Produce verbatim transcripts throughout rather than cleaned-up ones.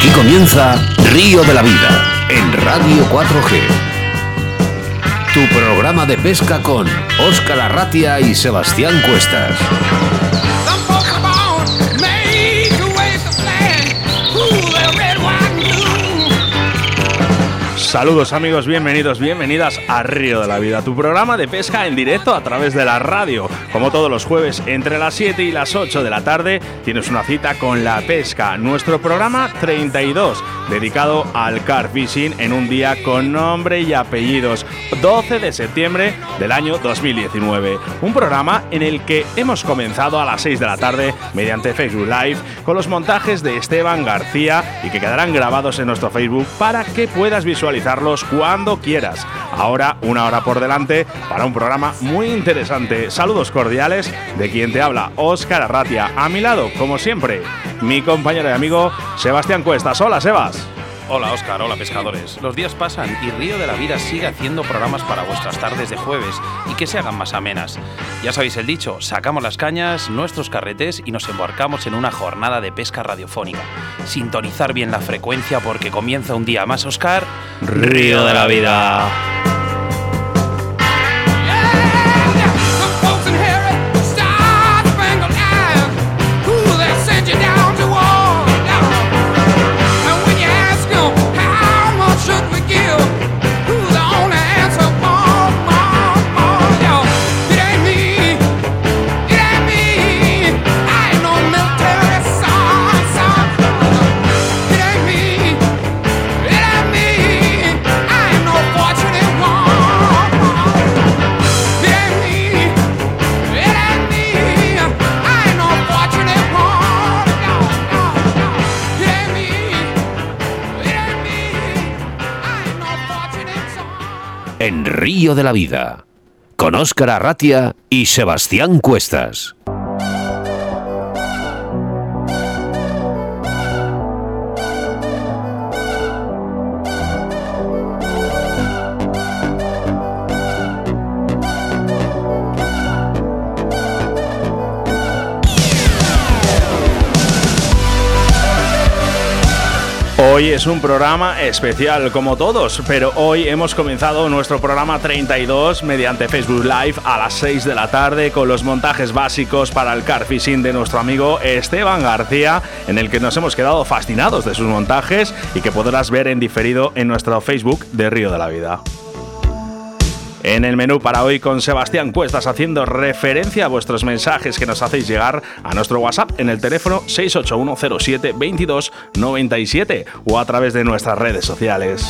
Aquí comienza Río de la Vida en Radio cuatro G. Tu programa de pesca con Óscar Arratia y Sebastián Cuestas. Saludos amigos, bienvenidos, bienvenidas a Río de la Vida, tu programa de pesca en directo a través de la radio. Como todos los jueves, entre las siete y las ocho de la tarde, tienes una cita con la pesca. Nuestro programa treinta y dos, dedicado al carp fishing en un día con nombre y apellidos, doce de septiembre del año dos mil diecinueve. Un programa en el que hemos comenzado a las seis de la tarde mediante Facebook Live con los montajes de Esteban García y que quedarán grabados en nuestro Facebook para que puedas visualizar cuando quieras. Ahora una hora por delante para un programa muy interesante. Saludos cordiales de quien te habla, Óscar Arratia. A mi lado, como siempre, mi compañero y amigo Sebastián Cuestas. Hola, Sebas. Hola Óscar, hola pescadores. Los días pasan y Río de la Vida sigue haciendo programas para vuestras tardes de jueves y que se hagan más amenas. Ya sabéis el dicho, sacamos las cañas, nuestros carretes y nos embarcamos en una jornada de pesca radiofónica. Sintonizar bien la frecuencia porque comienza un día más, Óscar, Río de la Vida. En Río de la Vida, con Óscar Arratia y Sebastián Cuestas. Hoy es un programa especial como todos, pero hoy hemos comenzado nuestro programa treinta y dos mediante Facebook Live a las seis de la tarde con los montajes básicos para el carp fishing de nuestro amigo Esteban García, en el que nos hemos quedado fascinados de sus montajes y que podrás ver en diferido en nuestro Facebook de Río de la Vida. En el menú para hoy con Sebastián Cuestas haciendo referencia a vuestros mensajes que nos hacéis llegar a nuestro WhatsApp en el teléfono seis ocho uno cero siete veintidós noventa y siete o a través de nuestras redes sociales.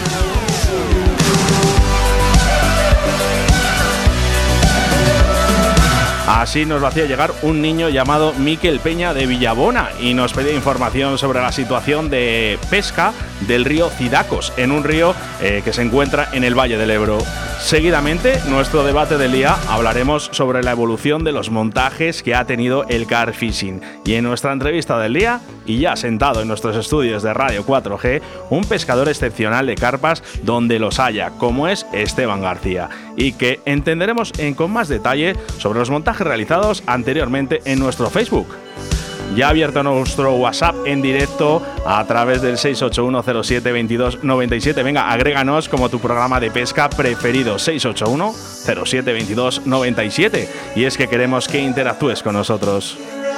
Así nos lo hacía llegar un niño llamado Miquel Peña de Villabona y nos pedía información sobre la situación de pesca del río Cidacos, en un río eh, que se encuentra en el Valle del Ebro. Seguidamente, nuestro debate del día, hablaremos sobre la evolución de los montajes que ha tenido el carp fishing. Y en nuestra entrevista del día, y ya sentado en nuestros estudios de Radio cuatro G, un pescador excepcional de carpas donde los haya, como es Esteban García, y que entenderemos en con más detalle sobre los montajes realizados anteriormente en nuestro Facebook. Ya ha abierto nuestro WhatsApp en directo a través del seis ocho uno cero siete veintidós noventa y siete. Venga, agréganos como tu programa de pesca preferido, seis ocho uno cero siete veintidós noventa y siete. Y es que queremos que interactúes con nosotros.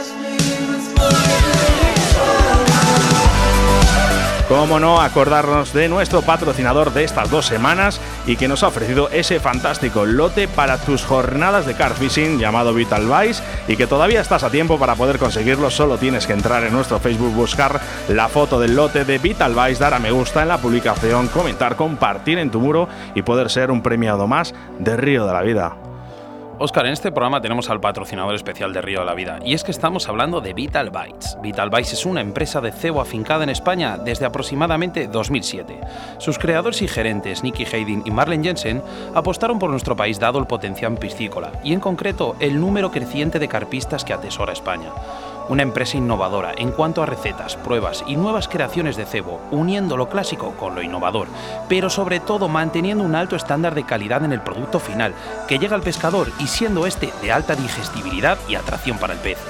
Cómo no acordarnos de nuestro patrocinador de estas dos semanas y que nos ha ofrecido ese fantástico lote para tus jornadas de carp fishing llamado Vital Vice y que todavía estás a tiempo para poder conseguirlo. Solo tienes que entrar en nuestro Facebook, buscar la foto del lote de Vital Vice, dar a me gusta en la publicación, comentar, compartir en tu muro y poder ser un premiado más de Río de la Vida. Óscar, en este programa tenemos al patrocinador especial de Río de la Vida y es que estamos hablando de Vital Bites. Vital Bites es una empresa de cebo afincada en España desde aproximadamente dos mil siete. Sus creadores y gerentes, Nicky Hayden y Marlene Jensen, apostaron por nuestro país dado el potencial piscícola y en concreto el número creciente de carpistas que atesora España. Una empresa innovadora en cuanto a recetas, pruebas y nuevas creaciones de cebo, uniendo lo clásico con lo innovador, pero sobre todo manteniendo un alto estándar de calidad en el producto final, que llega al pescador y siendo este de alta digestibilidad y atracción para el pez.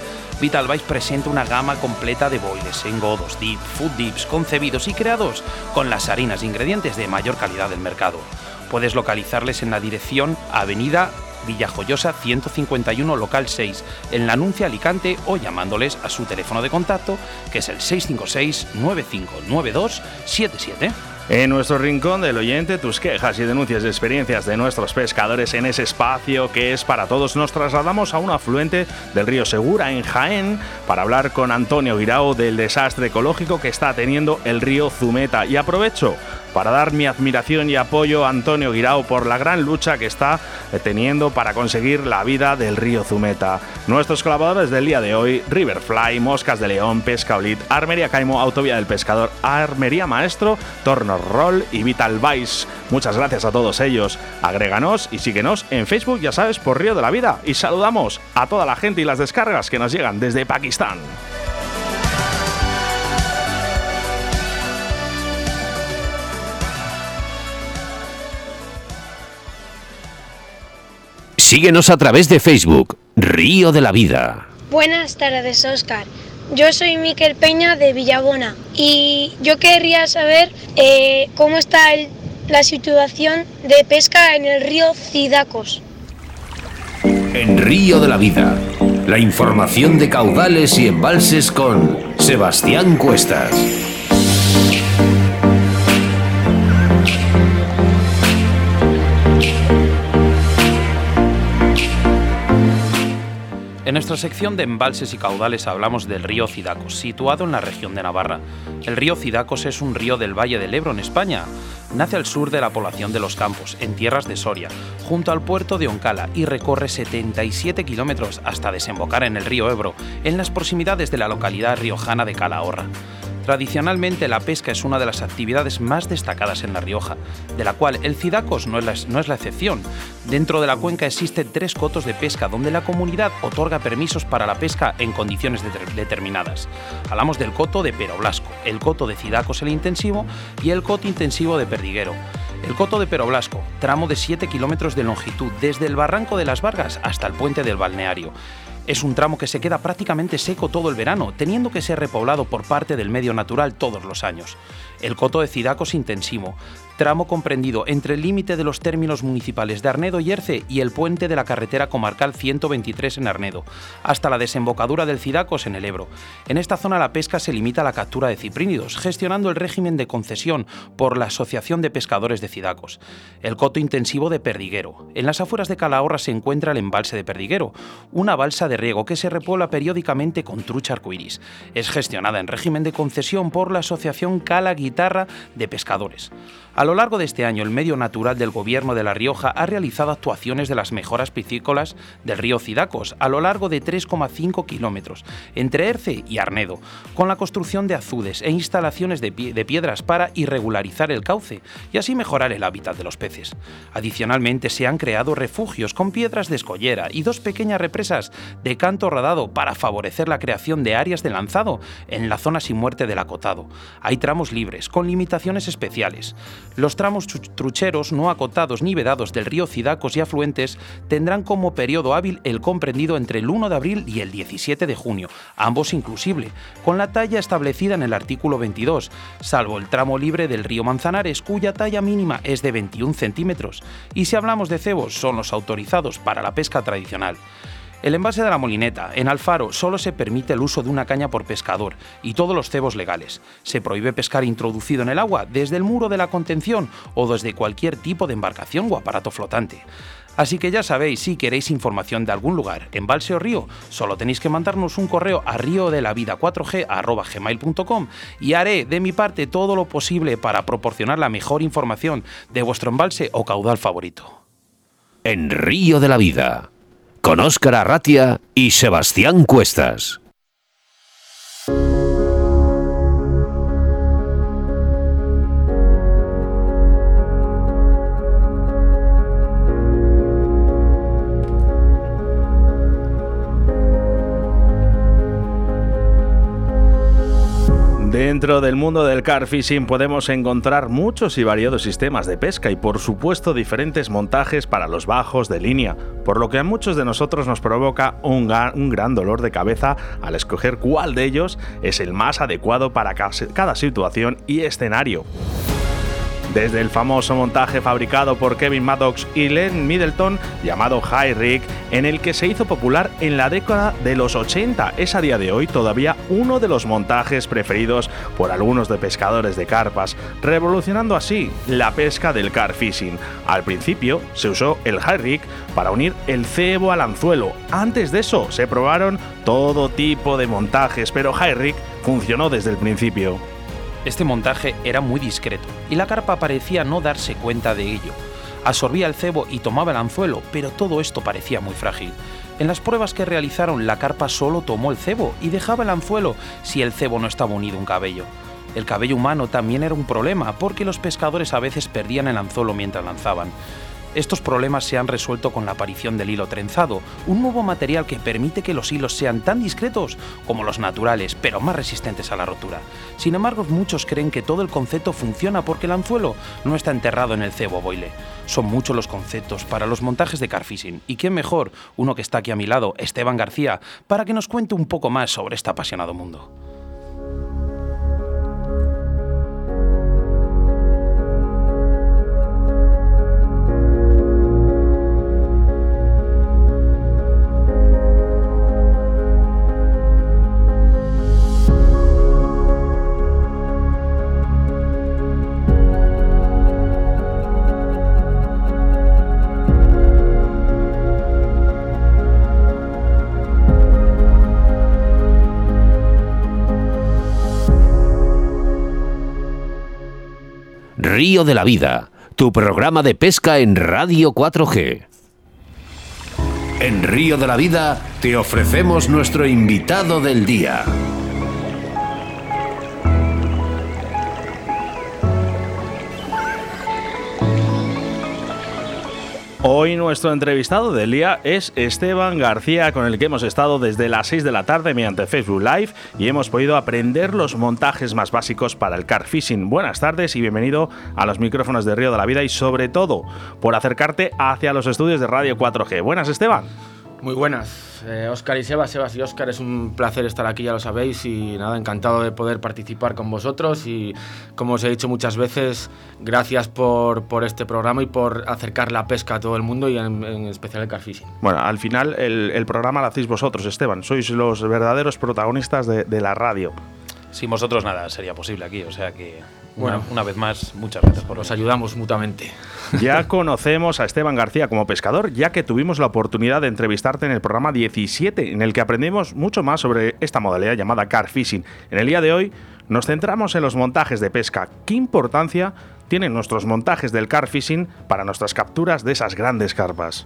Vital Bites presenta una gama completa de boiles, engodos, dip, food dips, concebidos y creados con las harinas e ingredientes de mayor calidad del mercado. Puedes localizarles en la dirección Avenida Villajoyosa ciento cincuenta y uno, local seis, en La Nuncia, Alicante, o llamándoles a su teléfono de contacto, que es el seis cinco seis, nueve cinco nueve dos, siete siete. En nuestro rincón del oyente, tus quejas y denuncias de experiencias de nuestros pescadores en ese espacio que es para todos, nos trasladamos a un afluente del río Segura, en Jaén, para hablar con Antonio Guirao del desastre ecológico que está teniendo el río Zumeta. Y aprovecho para dar mi admiración y apoyo a Antonio Guirao por la gran lucha que está teniendo para conseguir la vida del río Zumeta. Nuestros colaboradores del día de hoy: Riverfly, Moscas de León, Pesca Olit, Armería Caimo, Autovía del Pescador, Armería Maestro, Torno Roll y Vital Bites. Muchas gracias a todos ellos. Agréganos y síguenos en Facebook, ya sabes, por Río de la Vida. Y saludamos a toda la gente y las descargas que nos llegan desde Pakistán. Síguenos a través de Facebook, Río de la Vida. Buenas tardes, Óscar. Yo soy Miquel Peña de Villabona y yo querría saber eh, cómo está el, la situación de pesca en el río Cidacos. En Río de la Vida, la información de caudales y embalses con Sebastián Cuestas. En nuestra sección de embalses y caudales hablamos del río Cidacos, situado en la región de Navarra. El río Cidacos es un río del Valle del Ebro, en España. Nace al sur de la población de Los Campos, en tierras de Soria, junto al puerto de Oncala, y recorre setenta y siete kilómetros hasta desembocar en el río Ebro, en las proximidades de la localidad riojana de Calahorra. Tradicionalmente, la pesca es una de las actividades más destacadas en La Rioja, de la cual el Cidacos no es la, no es la excepción. Dentro de la cuenca existen tres cotos de pesca donde la comunidad otorga permisos para la pesca en condiciones de determinadas. Hablamos del coto de Pero Blasco, el coto de Cidacos el intensivo y el coto intensivo de Perdiguero. El coto de Pero Blasco, tramo de siete kilómetros de longitud desde el barranco de las Vargas hasta el puente del balneario. Es un tramo que se queda prácticamente seco todo el verano, teniendo que ser repoblado por parte del medio natural todos los años. El coto de Cidacos intensivo, tramo comprendido entre el límite de los términos municipales de Arnedo y Erce y el puente de la carretera comarcal ciento veintitrés en Arnedo, hasta la desembocadura del Cidacos en el Ebro. En esta zona la pesca se limita a la captura de ciprínidos, gestionando el régimen de concesión por la Asociación de Pescadores de Cidacos. El coto intensivo de Perdiguero. En las afueras de Calahorra se encuentra el embalse de Perdiguero, una balsa de riego que se repuebla periódicamente con trucha arcoiris. Es gestionada en régimen de concesión por la Asociación Cala Guitarra de Pescadores. A lo largo de este año, el Medio Natural del Gobierno de La Rioja ha realizado actuaciones de las mejoras piscícolas del río Cidacos a lo largo de tres coma cinco kilómetros, entre Erce y Arnedo, con la construcción de azudes e instalaciones de, pie de piedras para irregularizar el cauce y así mejorar el hábitat de los peces. Adicionalmente, se han creado refugios con piedras de escollera y dos pequeñas represas de canto rodado para favorecer la creación de áreas de lanzado en la zona sin muerte del acotado. Hay tramos libres, con limitaciones especiales. Los tramos trucheros no acotados ni vedados del río Cidacos y afluentes tendrán como periodo hábil el comprendido entre el uno de abril y el diecisiete de junio, ambos inclusive, con la talla establecida en el artículo veintidós, salvo el tramo libre del río Manzanares, cuya talla mínima es de veintiún centímetros, y si hablamos de cebos, son los autorizados para la pesca tradicional. El embalse de la Molineta, en Alfaro, solo se permite el uso de una caña por pescador y todos los cebos legales. Se prohíbe pescar introducido en el agua desde el muro de la contención o desde cualquier tipo de embarcación o aparato flotante. Así que ya sabéis, si queréis información de algún lugar, embalse o río, solo tenéis que mandarnos un correo a río de la vida cuatro g arroba gmail punto com y haré de mi parte todo lo posible para proporcionar la mejor información de vuestro embalse o caudal favorito. En Río de la Vida, con Óscar Arratia y Sebastián Cuestas. Dentro del mundo del car fishing podemos encontrar muchos y variados sistemas de pesca y por supuesto diferentes montajes para los bajos de línea, por lo que a muchos de nosotros nos provoca un, ga- un gran dolor de cabeza al escoger cuál de ellos es el más adecuado para cada situación y escenario. Desde el famoso montaje fabricado por Kevin Maddox y Len Middleton, llamado High Rig, en el que se hizo popular en la década de los ochenta, es a día de hoy todavía uno de los montajes preferidos por algunos de pescadores de carpas, revolucionando así la pesca del car fishing. Al principio se usó el High Rig para unir el cebo al anzuelo. Antes de eso se probaron todo tipo de montajes, pero High Rig funcionó desde el principio. Este montaje era muy discreto y la carpa parecía no darse cuenta de ello. Absorbía el cebo y tomaba el anzuelo, pero todo esto parecía muy frágil. En las pruebas que realizaron, la carpa solo tomó el cebo y dejaba el anzuelo si el cebo no estaba unido a un cabello. El cabello humano también era un problema porque los pescadores a veces perdían el anzuelo mientras lanzaban. Estos problemas se han resuelto con la aparición del hilo trenzado, un nuevo material que permite que los hilos sean tan discretos como los naturales, pero más resistentes a la rotura. Sin embargo, muchos creen que todo el concepto funciona porque el anzuelo no está enterrado en el cebo boile. Son muchos los conceptos para los montajes de car fishing, y quién mejor, uno que está aquí a mi lado, Esteban García, para que nos cuente un poco más sobre este apasionado mundo. Río de la Vida, tu programa de pesca en Radio cuatro G. En Río de la Vida te ofrecemos nuestro invitado del día. Hoy nuestro entrevistado del día es Esteban García, con el que hemos estado desde las seis de la tarde mediante Facebook Live y hemos podido aprender los montajes más básicos para el car fishing. Buenas tardes y bienvenido a los micrófonos de Río de la Vida y sobre todo por acercarte hacia los estudios de Radio cuatro G. Buenas, Esteban. Muy buenas, eh, Óscar y Sebas, Sebas y Óscar, es un placer estar aquí, ya lo sabéis, y nada, encantado de poder participar con vosotros y, como os he dicho muchas veces, gracias por, por este programa y por acercar la pesca a todo el mundo y en, en especial el car fishing. Bueno, al final el, el programa lo hacéis vosotros, Esteban, sois los verdaderos protagonistas de, de la radio. Sin vosotros nada sería posible aquí, o sea que, bueno, una, una vez más, muchas gracias por Nos venir. ayudamos mutuamente. Ya conocemos a Esteban García como pescador, ya que tuvimos la oportunidad de entrevistarte en el programa diecisiete, en el que aprendimos mucho más sobre esta modalidad llamada car fishing. En el día de hoy nos centramos en los montajes de pesca. ¿Qué importancia tienen nuestros montajes del car fishing para nuestras capturas de esas grandes carpas?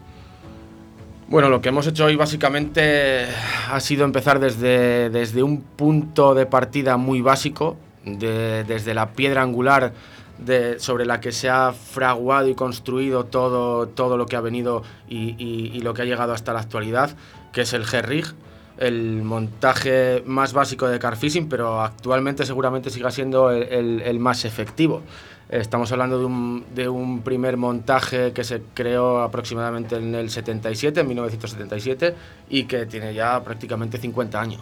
Bueno, lo que hemos hecho hoy básicamente ha sido empezar desde, desde un punto de partida muy básico, de, desde la piedra angular de, sobre la que se ha fraguado y construido todo, todo lo que ha venido y, y, y lo que ha llegado hasta la actualidad, que es el G-Rig, el montaje más básico de car fishing, pero actualmente seguramente siga siendo el, el, el más efectivo. Estamos hablando de un, de un primer montaje que se creó aproximadamente en el setenta y siete, en mil novecientos setenta y siete, y que tiene ya prácticamente cincuenta años.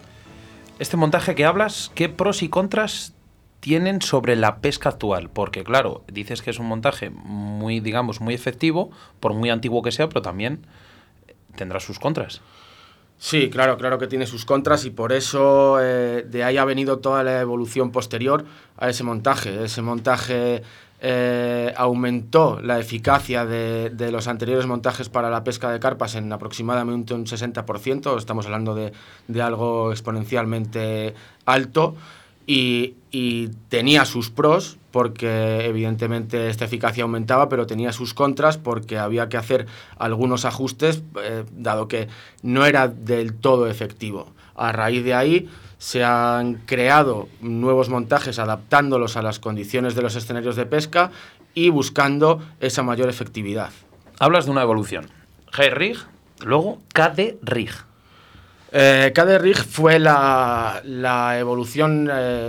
Este montaje que hablas, ¿qué pros y contras tienen sobre la pesca actual? Porque claro, dices que es un montaje muy, digamos, muy efectivo, por muy antiguo que sea, pero también tendrá sus contras. Sí, claro, claro que tiene sus contras y por eso eh, de ahí ha venido toda la evolución posterior a ese montaje. Ese montaje eh, aumentó la eficacia de, de los anteriores montajes para la pesca de carpas en aproximadamente un sesenta por ciento, estamos hablando de, de algo exponencialmente alto. Y, y tenía sus pros porque evidentemente esta eficacia aumentaba, pero tenía sus contras porque había que hacer algunos ajustes eh, dado que no era del todo efectivo. A raíz de ahí se han creado nuevos montajes adaptándolos a las condiciones de los escenarios de pesca y buscando esa mayor efectividad. Hablas de una evolución. G-Rig, luego K D-Rig. Eh, K D-Rig fue la, la evolución eh,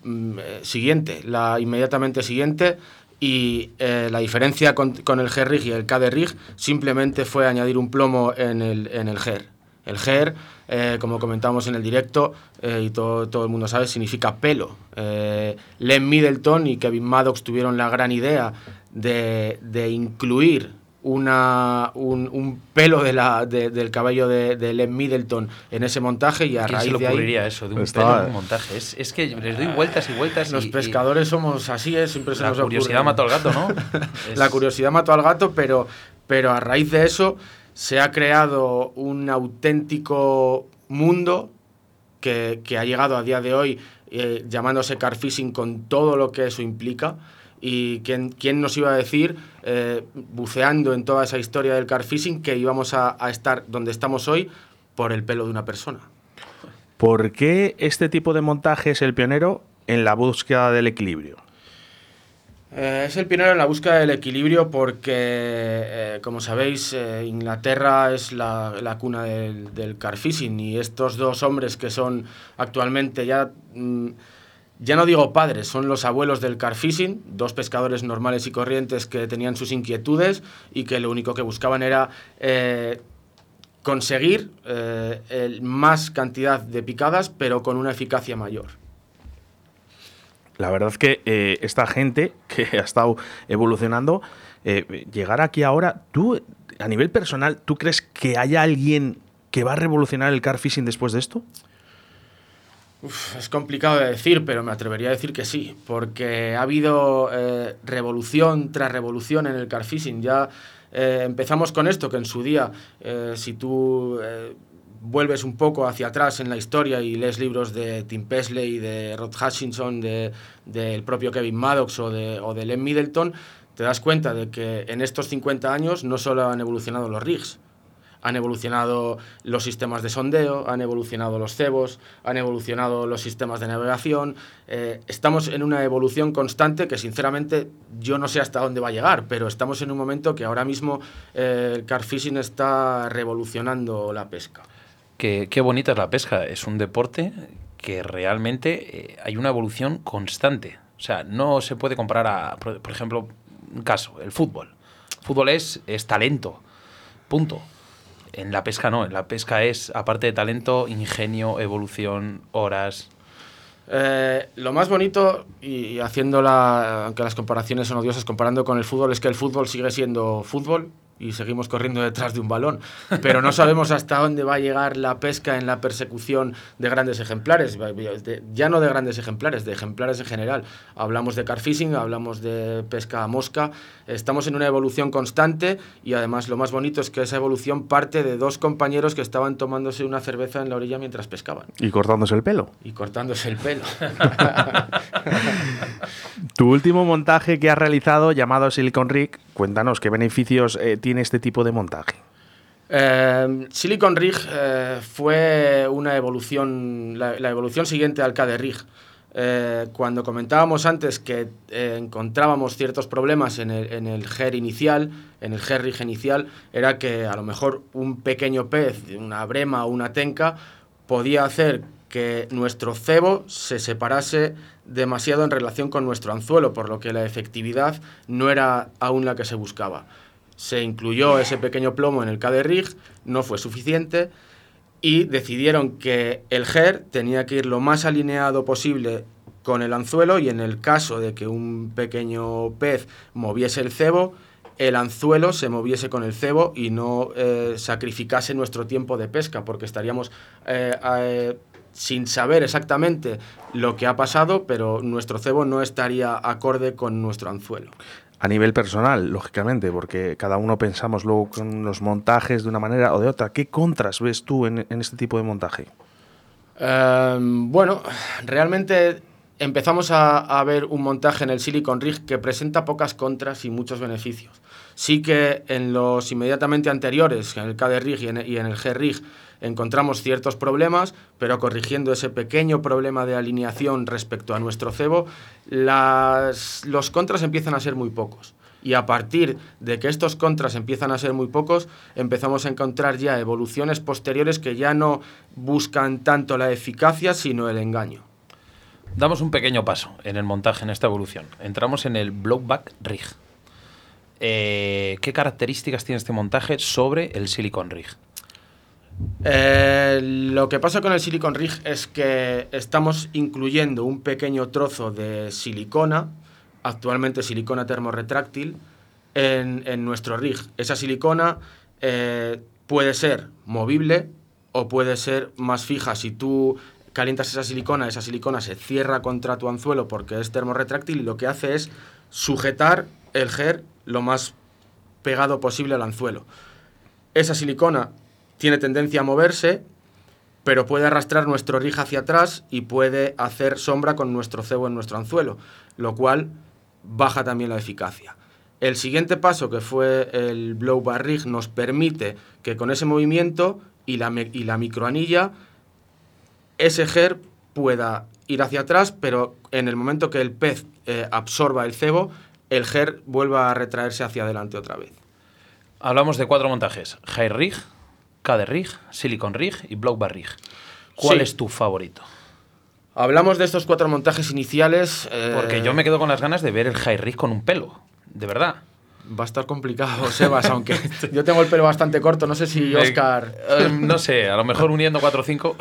mm, siguiente, la inmediatamente siguiente, y eh, la diferencia con, con el G-Rig y el K-Rig simplemente fue añadir un plomo en el, en el G E R. El G E R, eh, como comentamos en el directo, eh, y todo, todo el mundo sabe, significa pelo. Eh, Len Middleton y Kevin Maddox tuvieron la gran idea de, de incluir una, un, un pelo de la, de, del cabello de, de Len Middleton en ese montaje, y a ¿Quién raíz se le de ahí, ocurriría eso, de un Estaba- pelo en un montaje? Es, es que les doy vueltas y vueltas. los y, pescadores somos así, ¿eh? Siempre y se la nos curiosidad ocurre. mató al gato, ¿no? Es- La curiosidad mató al gato, pero, pero a raíz de eso se ha creado un auténtico mundo que, que ha llegado a día de hoy eh, llamándose car fishing, con todo lo que eso implica. Y quién, quién nos iba a decir, eh, buceando en toda esa historia del car fishing, que íbamos a, a estar donde estamos hoy por el pelo de una persona. ¿Por qué este tipo de montaje es el pionero en la búsqueda del equilibrio? Eh, es el pionero en la búsqueda del equilibrio porque, eh, como sabéis, eh, Inglaterra es la, la cuna del, del car fishing, y estos dos hombres que son actualmente ya, mm, ya no digo padres, son los abuelos del car fishing, dos pescadores normales y corrientes que tenían sus inquietudes y que lo único que buscaban era eh, conseguir eh, el más cantidad de picadas, pero con una eficacia mayor. La verdad es que eh, esta gente que ha estado evolucionando, eh, llegar aquí ahora, tú, a nivel personal, ¿tú crees que haya alguien que va a revolucionar el car fishing después de esto? Uf, es complicado de decir, pero me atrevería a decir que sí, porque ha habido eh, revolución tras revolución en el car fishing. Ya eh, empezamos con esto, que en su día, eh, si tú eh, vuelves un poco hacia atrás en la historia y lees libros de Tim Pesley, de Rod Hutchinson, de, del propio Kevin Maddox o de, o de Len Middleton, te das cuenta de que en estos cincuenta años no solo han evolucionado los rigs, han evolucionado los sistemas de sondeo, han evolucionado los cebos, han evolucionado los sistemas de navegación. Eh, estamos en una evolución constante que, sinceramente, yo no sé hasta dónde va a llegar, pero estamos en un momento que ahora mismo eh, el car fishing está revolucionando la pesca. Qué, qué bonita es la pesca. Es un deporte que realmente eh, hay una evolución constante. O sea, no se puede comparar a, por, por ejemplo, un caso, el fútbol. El fútbol es, es talento, punto. En la pesca no, en la pesca es, aparte de talento, ingenio, evolución, horas. Eh, lo más bonito, y haciendo la, aunque las comparaciones son odiosas, comparando con el fútbol, es que el fútbol sigue siendo fútbol y seguimos corriendo detrás de un balón, pero no sabemos hasta dónde va a llegar la pesca en la persecución de grandes ejemplares, de, ya no de grandes ejemplares, de ejemplares en general. Hablamos de car fishing, hablamos de pesca a mosca, estamos en una evolución constante, y además lo más bonito es que esa evolución parte de dos compañeros que estaban tomándose una cerveza en la orilla mientras pescaban. Y cortándose el pelo. Y cortándose el pelo. Tu último montaje que has realizado, llamado Silicon Rig, cuéntanos qué beneficios eh, tiene este tipo de montaje. Eh, Silicon Rig eh, fue una evolución, la, la evolución siguiente al K-Rig. Eh, cuando comentábamos antes que eh, encontrábamos ciertos problemas en el, en el G E R inicial, en el G-Rig inicial, era que a lo mejor un pequeño pez, una brema o una tenca, podía hacer que nuestro cebo se separase demasiado en relación con nuestro anzuelo, por lo que la efectividad no era aún la que se buscaba. Se incluyó ese pequeño plomo en el K-Rig, no fue suficiente, y decidieron que el G E R tenía que ir lo más alineado posible con el anzuelo, y en el caso de que un pequeño pez moviese el cebo, el anzuelo se moviese con el cebo y no eh, sacrificase nuestro tiempo de pesca, porque estaríamos eh, eh, sin saber exactamente lo que ha pasado, pero nuestro cebo no estaría acorde con nuestro anzuelo. A nivel personal, lógicamente, porque cada uno pensamos luego con los montajes de una manera o de otra. ¿Qué contras ves tú en, en este tipo de montaje? Eh, bueno, realmente empezamos a, a ver un montaje en el Silicon Rig que presenta pocas contras y muchos beneficios. Sí que en los inmediatamente anteriores, en el K-Rig y en, y en el G-Rig, encontramos ciertos problemas, pero corrigiendo ese pequeño problema de alineación respecto a nuestro cebo, las, los contras empiezan a ser muy pocos. Y a partir de que estos contras empiezan a ser muy pocos, empezamos a encontrar ya evoluciones posteriores que ya no buscan tanto la eficacia, sino el engaño. Damos un pequeño paso en el montaje, en esta evolución. Entramos en el blowback rig. Eh, ¿Qué características tiene este montaje sobre el silicon rig? Eh, lo que pasa con el silicon rig es que estamos incluyendo un pequeño trozo de silicona, actualmente silicona termorretráctil, en, en nuestro rig. Esa silicona eh, puede ser movible o puede ser más fija. Si tú calientas esa silicona, esa silicona se cierra contra tu anzuelo porque es termorretráctil y lo que hace es sujetar el ger lo más pegado posible al anzuelo. Esa silicona tiene tendencia a moverse, pero puede arrastrar nuestro rig hacia atrás y puede hacer sombra con nuestro cebo en nuestro anzuelo, lo cual baja también la eficacia. El siguiente paso, que fue el blowback rig, nos permite que con ese movimiento y la, me- y la microanilla, ese ger pueda ir hacia atrás, pero en el momento que el pez eh, absorba el cebo, el ger vuelva a retraerse hacia adelante otra vez. Hablamos de cuatro montajes: high rig, K D rig, silicon rig y blowback rig. ¿Cuál Sí. es tu favorito? Hablamos de estos cuatro montajes iniciales. eh, Porque yo me quedo con las ganas de ver el high rig con un pelo, de verdad. Va a estar complicado, Sebas, aunque yo tengo el pelo bastante corto, no sé si Óscar... Eh, no sé, a lo mejor uniendo cuatro o cinco.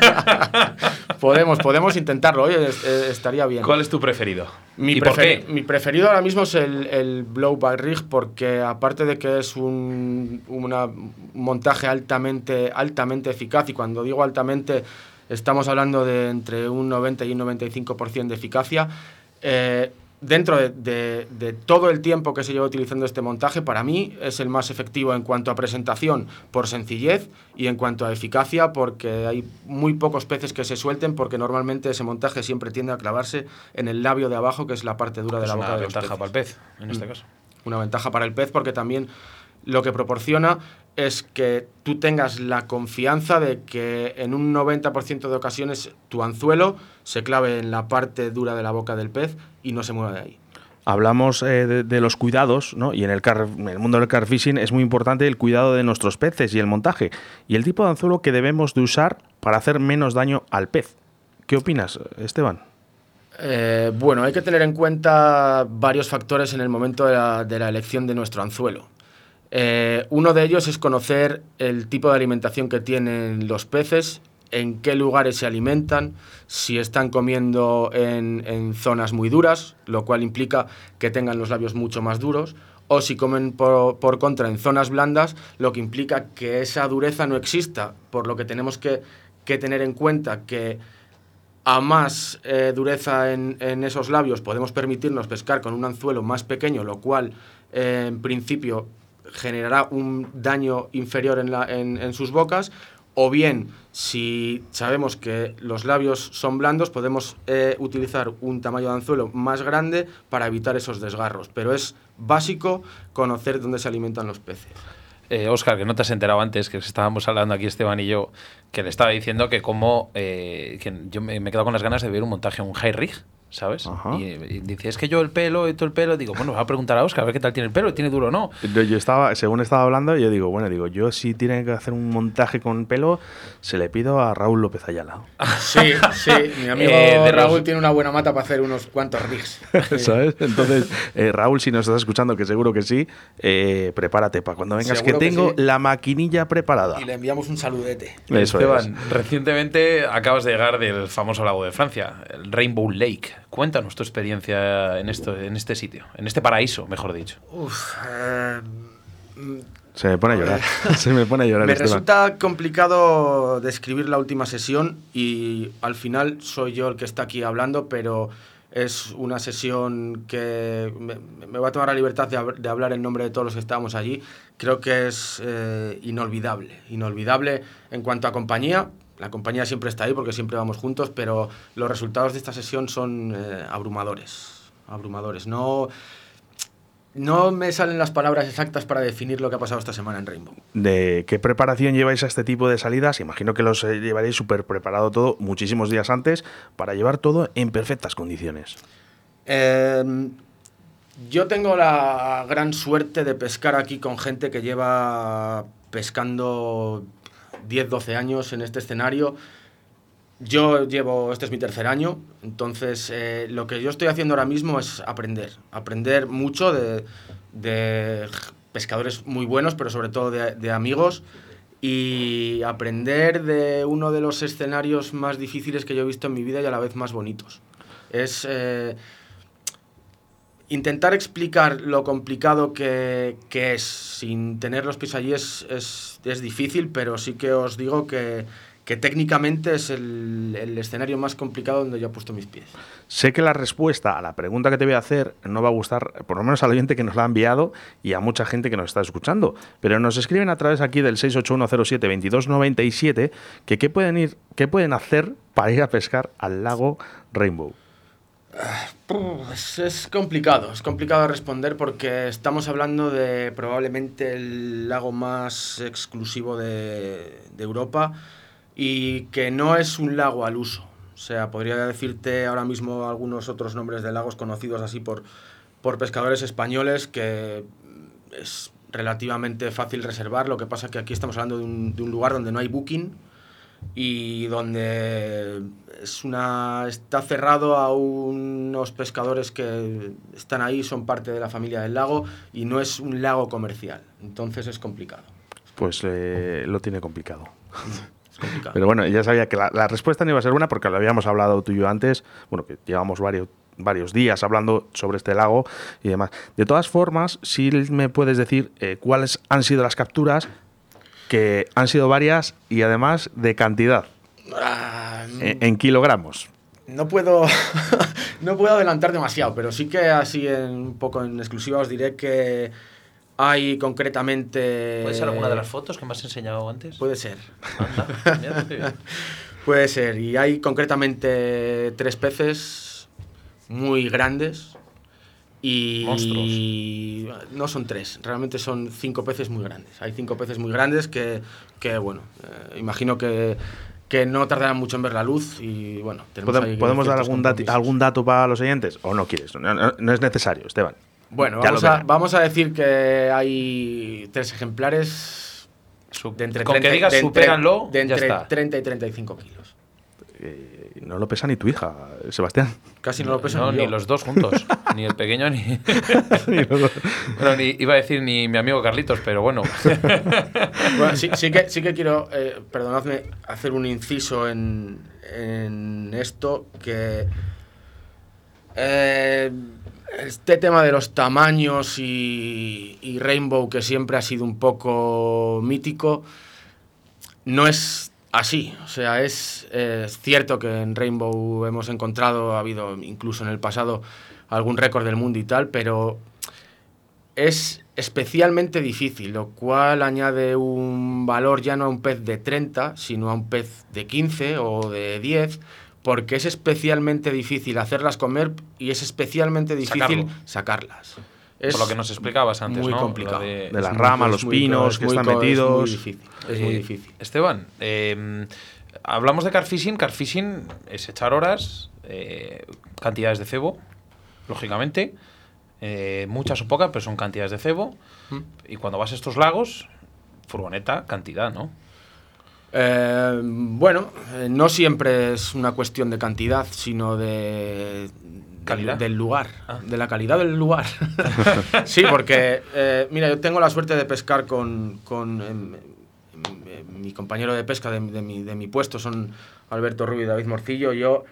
podemos, podemos intentarlo, oye, es- eh, estaría bien. ¿Cuál es tu preferido? Mi, ¿Y por preferi- qué? mi preferido ahora mismo es el, el blowback rig, porque aparte de que es un una- un montaje altamente, altamente eficaz, y cuando digo altamente estamos hablando de entre un noventa y un noventa y cinco por ciento de eficacia, eh, dentro de, de- de todo el tiempo que se lleva utilizando este montaje, para mí es el más efectivo en cuanto a presentación por sencillez y en cuanto a eficacia, porque hay muy pocos peces que se suelten, porque normalmente ese montaje siempre tiende a clavarse en el labio de abajo, que es la parte dura de Es la una boca de los ventaja peces. para el pez, en este Mm. caso. Una ventaja para el pez, porque también lo que proporciona es que tú tengas la confianza de que en un noventa por ciento de ocasiones tu anzuelo se clave en la parte dura de la boca del pez y no se mueva de ahí. Hablamos eh, de, de los cuidados, ¿no? Y en el, car, en el mundo del car fishing es muy importante el cuidado de nuestros peces y el montaje y el tipo de anzuelo que debemos de usar para hacer menos daño al pez. ¿Qué opinas, Esteban? Eh, bueno, hay que tener en cuenta varios factores en el momento de la, de la elección de nuestro anzuelo. Eh, uno de ellos es conocer el tipo de alimentación que tienen los peces, en qué lugares se alimentan, si están comiendo en, en zonas muy duras, lo cual implica que tengan los labios mucho más duros, o si comen por, por contra en zonas blandas, lo que implica que esa dureza no exista, por lo que tenemos que, que tener en cuenta que a más eh, dureza en, en esos labios podemos permitirnos pescar con un anzuelo más pequeño, lo cual eh, en principio generará un daño inferior en, la, en, en sus bocas, o bien si sabemos que los labios son blandos podemos eh, utilizar un tamaño de anzuelo más grande para evitar esos desgarros, pero es básico conocer dónde se alimentan los peces. Eh, Óscar, que no te has enterado antes, que estábamos hablando aquí Esteban y yo, que le estaba diciendo que como eh, que yo me, me he quedado con las ganas de ver un montaje, un high rig, ¿sabes? Ajá. Y, y dice, es que yo el pelo y todo el pelo, digo, bueno, voy a preguntar a Óscar a ver qué tal tiene el pelo, ¿tiene duro o no? Yo, yo estaba, según estaba hablando, yo digo, bueno, digo, yo si tiene que hacer un montaje con pelo, se le pido a Raúl López Ayala. Sí, sí, mi amigo Eh, de Raúl los- tiene una buena mata para hacer unos cuantos rigs. ¿Sabes? Entonces, eh, Raúl, si nos estás escuchando, que seguro que sí, eh, prepárate para cuando vengas, que Seguro que tengo sí. la maquinilla preparada. Y le enviamos un saludete. Eso Esteban, es. recientemente acabas de llegar del famoso lago de Francia, el Rainbow Lake. Cuéntanos tu experiencia en, esto, en este sitio, en este paraíso, mejor dicho. Uf, eh, Se me pone a llorar. Se me pone a llorar, me Esteban. resulta complicado describir la última sesión y al final soy yo el que está aquí hablando, pero es una sesión que me, me voy a tomar la libertad de, hab- de hablar en nombre de todos los que estábamos allí. Creo que es eh, inolvidable, inolvidable en cuanto a compañía. La compañía siempre está ahí porque siempre vamos juntos, pero los resultados de esta sesión son eh, abrumadores, abrumadores. No, no me salen las palabras exactas para definir lo que ha pasado esta semana en Rainbow. ¿De qué preparación lleváis a este tipo de salidas? Imagino que los eh, llevaréis súper preparado todo muchísimos días antes para llevar todo en perfectas condiciones. Eh, yo tengo la gran suerte de pescar aquí con gente que lleva pescando diez doce años en este escenario yo llevo, este es mi tercer año, entonces eh, lo que yo estoy haciendo ahora mismo es aprender, aprender mucho de, de pescadores muy buenos, pero sobre todo de, de amigos, y aprender de uno de los escenarios más difíciles que yo he visto en mi vida y a la vez más bonitos. Es eh, intentar explicar lo complicado que, que es, sin tener los pies allí es, es, es difícil, pero sí que os digo que, que técnicamente es el, el escenario más complicado donde yo he puesto mis pies. Sé que la respuesta a la pregunta que te voy a hacer no va a gustar, por lo menos al oyente que nos la ha enviado y a mucha gente que nos está escuchando, pero nos escriben a través aquí del seis ocho uno cero siete dos dos nueve siete que qué pueden, ir, qué pueden hacer para ir a pescar al lago Rainbow. Es, es complicado, es complicado responder porque estamos hablando de probablemente el lago más exclusivo de, de Europa y que no es un lago al uso. O sea, podría decirte ahora mismo algunos otros nombres de lagos conocidos así por, por pescadores españoles que es relativamente fácil reservar. Lo que pasa es que aquí estamos hablando de un, de un lugar donde no hay booking y donde es una, está cerrado a unos pescadores que están ahí, son parte de la familia del lago y no es un lago comercial. Entonces es complicado. Pues eh, lo tiene complicado. Es complicado. Pero bueno, ya sabía que la, la respuesta no iba a ser buena porque lo habíamos hablado tú y yo antes, bueno, que llevamos varios, varios días hablando sobre este lago y demás. De todas formas, sí me puedes decir eh, cuáles han sido las capturas, que han sido varias y además de cantidad, Ah, en, en kilogramos. No puedo, no puedo adelantar demasiado, pero sí que así en, un poco en exclusiva os diré que hay concretamente... ¿Puede ser alguna de las fotos que me has enseñado antes? Puede ser. Anda, mira, qué bien. Puede ser, y hay concretamente tres peces muy grandes y... Monstruos. No son tres, realmente son cinco peces muy grandes. Hay cinco peces muy grandes que, que bueno, eh, imagino que... que no tardarán mucho en ver la luz y bueno... ¿Podemos, ¿podemos dar algún, dati, algún dato para los oyentes? ¿O no quieres? No, no, no es necesario, Esteban. Bueno, vamos a, vamos a decir que hay tres ejemplares de entre, Con treinta, que digas de entre, supéranlo, de entre ya está. treinta y treinta y cinco kilos. Eh, no lo pesa ni tu hija, Sebastián. Casi no lo pesa no, ni, ni yo. los dos juntos. Ni el pequeño ni... bueno, ni, iba a decir ni mi amigo Carlitos, pero bueno. Bueno, sí, sí, que, sí que quiero, eh, perdonadme, hacer un inciso en, en esto, que eh, este tema de los tamaños y, y Rainbow, que siempre ha sido un poco mítico, no es así. O sea, es, eh, es cierto que en Rainbow hemos encontrado, ha habido incluso en el pasado algún récord del mundo y tal, pero es especialmente difícil, lo cual añade un valor ya no a un pez de treinta, sino a un pez de quince o de diez, porque es especialmente difícil hacerlas comer y es especialmente difícil Sacarlo. sacarlas. Es Por lo que nos explicabas antes, muy ¿no? complicado. De, de las ramas, los muy, pinos es que muy, están es metidos. muy difícil, es muy Eh, difícil. Esteban, eh, hablamos de carfishing. Carfishing es echar horas, eh, cantidades de cebo, lógicamente. Eh, muchas o pocas, pero son cantidades de cebo. ¿Mm? Y cuando vas a estos lagos, furgoneta, cantidad, ¿no? Eh, bueno, eh, no siempre es una cuestión de cantidad, sino de... ¿Calidad? Del, del lugar, Ah. de la calidad del lugar. Sí, porque, eh, mira, yo tengo la suerte de pescar con, con em, em, mi compañero de pesca de, de, mi, de mi puesto, son Alberto Rubio y David Morcillo. Yo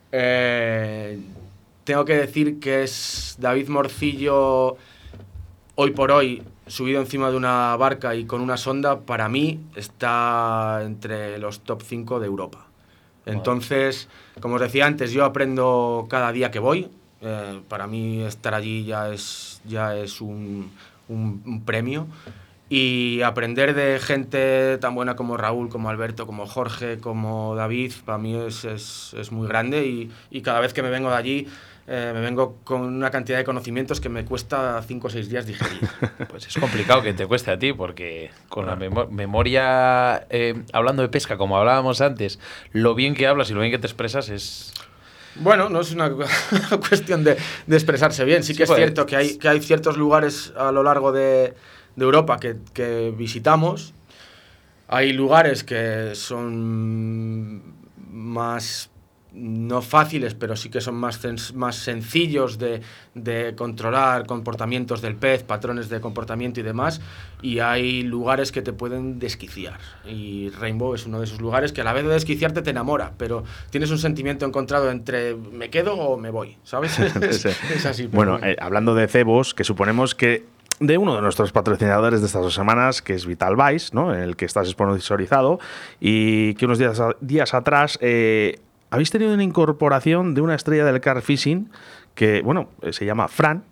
eh, tengo que decir que es David Morcillo, hoy por hoy, subido encima de una barca y con una sonda, para mí está entre los top cinco de Europa. Entonces, como os decía antes, yo aprendo cada día que voy. Eh, para mí estar allí ya es, ya es un, un, un premio. Y aprender de gente tan buena como Raúl, como Alberto, como Jorge, como David, para mí es, es, es muy grande. Y, y cada vez que me vengo de allí, eh, me vengo con una cantidad de conocimientos que me cuesta cinco o seis días digerir. Pues es complicado que te cueste a ti, porque con la memo- memoria, eh, hablando de pesca, como hablábamos antes, lo bien que hablas y lo bien que te expresas es... Bueno, no es una cuestión de, de expresarse bien. Sí que Sí, es pues, cierto que hay, que hay ciertos lugares a lo largo de, de Europa que, que visitamos. Hay lugares que son más no fáciles, pero sí que son más, más sencillos de, de controlar comportamientos del pez, patrones de comportamiento y demás, y hay lugares que te pueden desquiciar, y Rainbow es uno de esos lugares que a la vez de desquiciarte te enamora, pero tienes un sentimiento encontrado entre me quedo o me voy, ¿sabes? es, es así. Bueno, eh, hablando de cebos, que suponemos que de uno de nuestros patrocinadores de estas dos semanas, que es Vital Vice, ¿no?, en el que estás sponsorizado, y que unos días, días atrás eh, habéis tenido una incorporación de una estrella del car fishing que, bueno, se llama Fran.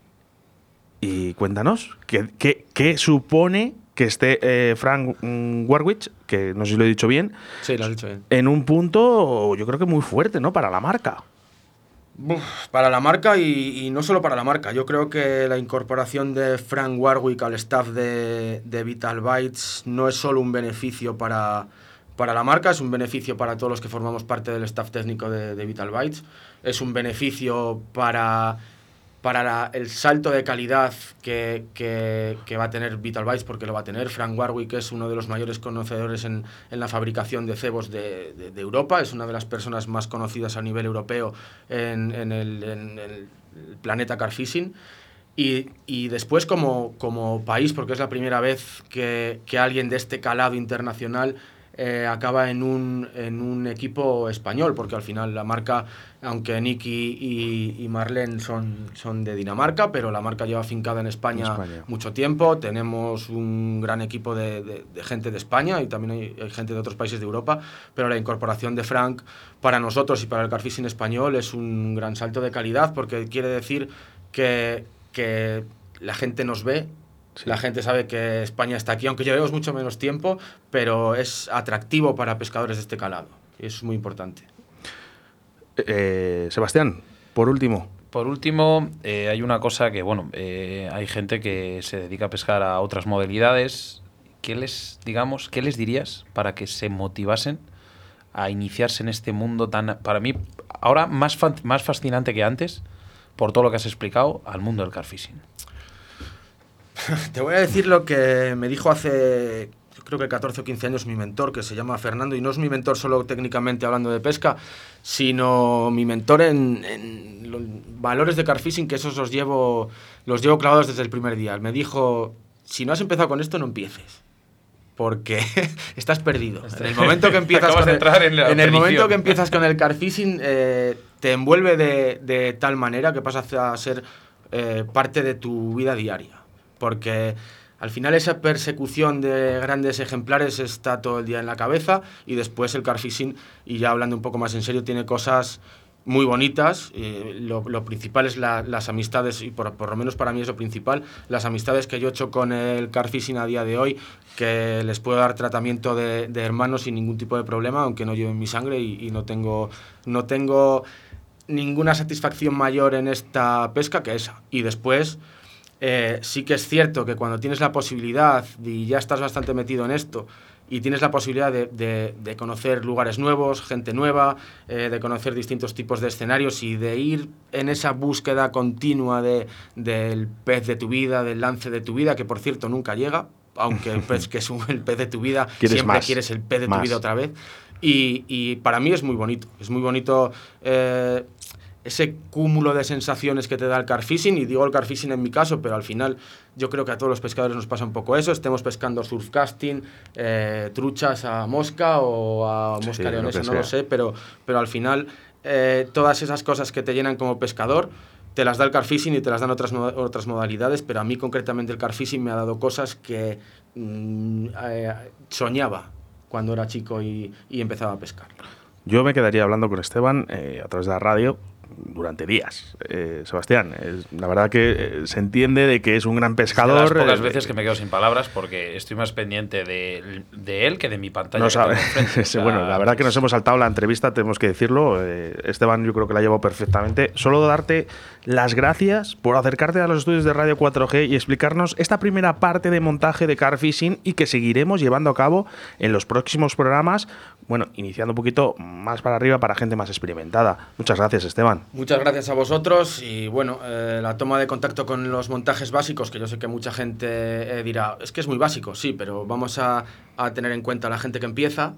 Y cuéntanos, ¿qué, qué, qué supone que esté eh, Frank Warwick, que no sé si lo he dicho bien, sí, lo has dicho bien, en un punto yo creo que muy fuerte, ¿no?, para la marca? Uf, para la marca y, y no solo para la marca. Yo creo que la incorporación de Frank Warwick al staff de, de Vital Bites no es solo un beneficio para... Para la marca, es un beneficio para todos los que formamos parte del staff técnico de, de Vital Bites, es un beneficio para, para la, el salto de calidad que, que, que va a tener Vital Bites, porque lo va a tener. Frank Warwick es uno de los mayores conocedores en, en la fabricación de cebos de, de, de Europa, es una de las personas más conocidas a nivel europeo en, en, el, en el planeta car fishing. Y, y después como, como país, porque es la primera vez que, que alguien de este calado internacional Eh, acaba en un, en un equipo español, porque al final la marca, aunque Nicky y, y Marlene son, son de Dinamarca, pero la marca lleva afincada en España, en España mucho tiempo. Tenemos un gran equipo de, de, de gente de España y también hay, hay gente de otros países de Europa, pero la incorporación de Frank para nosotros y para el car fishing español es un gran salto de calidad, porque quiere decir que, que la gente nos ve. Sí. La gente sabe que España está aquí, aunque llevemos mucho menos tiempo, pero es atractivo para pescadores de este calado. Y eso es muy importante. Eh, Sebastián, por último. Por último, eh, hay una cosa que, bueno, eh, hay gente que se dedica a pescar a otras modalidades. ¿Qué les, digamos, qué les dirías para que se motivasen a iniciarse en este mundo tan, para mí, ahora más, fa- más fascinante que antes, por todo lo que has explicado, al mundo del car fishing? Te voy a decir lo que me dijo hace, yo creo que catorce o quince años mi mentor, que se llama Fernando, y no es mi mentor solo técnicamente hablando de pesca, sino mi mentor en, en los valores de car fishing, que esos los llevo, los llevo clavados desde el primer día. Me dijo, si no has empezado con esto, no empieces, porque estás perdido. En el momento que empiezas, con el, en en el momento que empiezas con el car fishing, eh, te envuelve de, de tal manera que pasas a ser eh, parte de tu vida diaria. Porque al final esa persecución de grandes ejemplares está todo el día en la cabeza, y después el car fishing, y ya hablando un poco más en serio, tiene cosas muy bonitas. Eh, lo, lo principal es la, las amistades, y por, por lo menos para mí es lo principal, las amistades que yo he hecho con el car fishing a día de hoy, que les puedo dar tratamiento de, de hermanos sin ningún tipo de problema, aunque no lleven mi sangre, y, y no tengo, no tengo ninguna satisfacción mayor en esta pesca que esa. Y después... Eh, sí que es cierto que cuando tienes la posibilidad y ya estás bastante metido en esto y tienes la posibilidad de, de, de conocer lugares nuevos, gente nueva, eh, de conocer distintos tipos de escenarios y de ir en esa búsqueda continua de, del pez de tu vida, del lance de tu vida, que por cierto nunca llega, aunque el pez que es un, el pez de tu vida, siempre más, quieres el pez de más. tu vida otra vez. Y, y para mí es muy bonito, es muy bonito... Eh, ese cúmulo de sensaciones que te da el car fishing, y digo el car fishing en mi caso, pero al final yo creo que a todos los pescadores nos pasa un poco eso, estemos pescando surfcasting, eh, truchas a mosca o a mosca sí, leonesa, no sea. Lo sé, pero, pero al final eh, todas esas cosas que te llenan como pescador te las da el car fishing y te las dan otras, otras modalidades, pero a mí concretamente el car fishing me ha dado cosas que mm, eh, soñaba cuando era chico y, y empezaba a pescar. Yo me quedaría hablando con Esteban eh, a través de la radio durante días. Eh, Sebastián, es, la verdad que eh, se entiende de que es un gran pescador. Es de las pocas eh, veces que me quedo sin palabras porque estoy más pendiente de, de él que de mi pantalla. No sabe. O sea, bueno, la verdad que nos hemos saltado la entrevista, tenemos que decirlo. Eh, Esteban yo creo que la ha llevado perfectamente. Solo darte las gracias por acercarte a los estudios de Radio cuatro G y explicarnos esta primera parte de montaje de car fishing y que seguiremos llevando a cabo en los próximos programas. Bueno, iniciando un poquito más para arriba para gente más experimentada. Muchas gracias, Esteban. Muchas gracias a vosotros y bueno, eh, la toma de contacto con los montajes básicos, que yo sé que mucha gente eh, dirá, es que es muy básico, sí, pero vamos a, a tener en cuenta a la gente que empieza,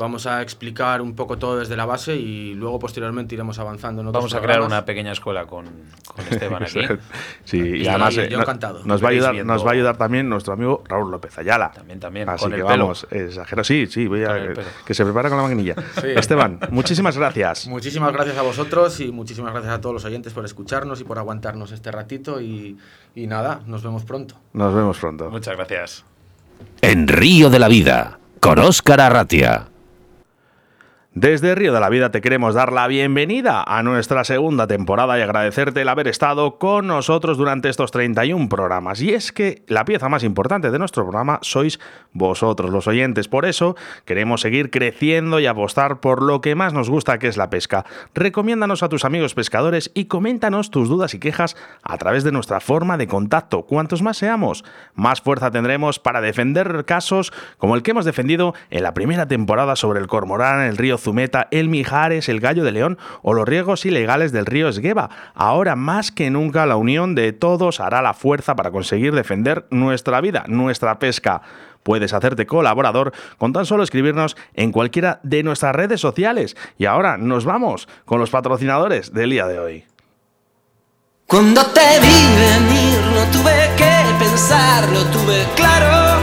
Vamos a explicar un poco todo desde la base y luego posteriormente iremos avanzando en otros Vamos a programas. crear una pequeña escuela con, con Esteban aquí. Sí, y, Y además yo eh, no- encantado. nos va a ayudar, Viendo- nos va a ayudar también nuestro amigo Raúl López Ayala. También, también, Así con que el pelo. vamos, exagero, sí, sí, voy Con a el pelo. que se prepara con la maquinilla. Sí. Esteban, muchísimas gracias. Muchísimas gracias a vosotros y muchísimas gracias a todos los oyentes por escucharnos y por aguantarnos este ratito y, y nada, nos vemos pronto. Nos vemos pronto. Muchas gracias. En Río de la Vida, con Óscar Arratia. Desde Río de la Vida te queremos dar la bienvenida a nuestra segunda temporada y agradecerte el haber estado con nosotros durante estos treinta y uno programas. Y es que la pieza más importante de nuestro programa sois vosotros, los oyentes. Por eso queremos seguir creciendo y apostar por lo que más nos gusta, que es la pesca. Recomiéndanos a tus amigos pescadores y coméntanos tus dudas y quejas a través de nuestra forma de contacto. Cuantos más seamos, más fuerza tendremos para defender casos como el que hemos defendido en la primera temporada sobre el cormorán en el río Zumeta, el Mijares, el Gallo de León o los riegos ilegales del río Esgueva. Ahora más que nunca la unión de todos hará la fuerza para conseguir defender nuestra vida, nuestra pesca. Puedes hacerte colaborador con tan solo escribirnos en cualquiera de nuestras redes sociales. Y ahora nos vamos con los patrocinadores del día de hoy. Cuando te vi venir no tuve que pensarlo, tuve claro.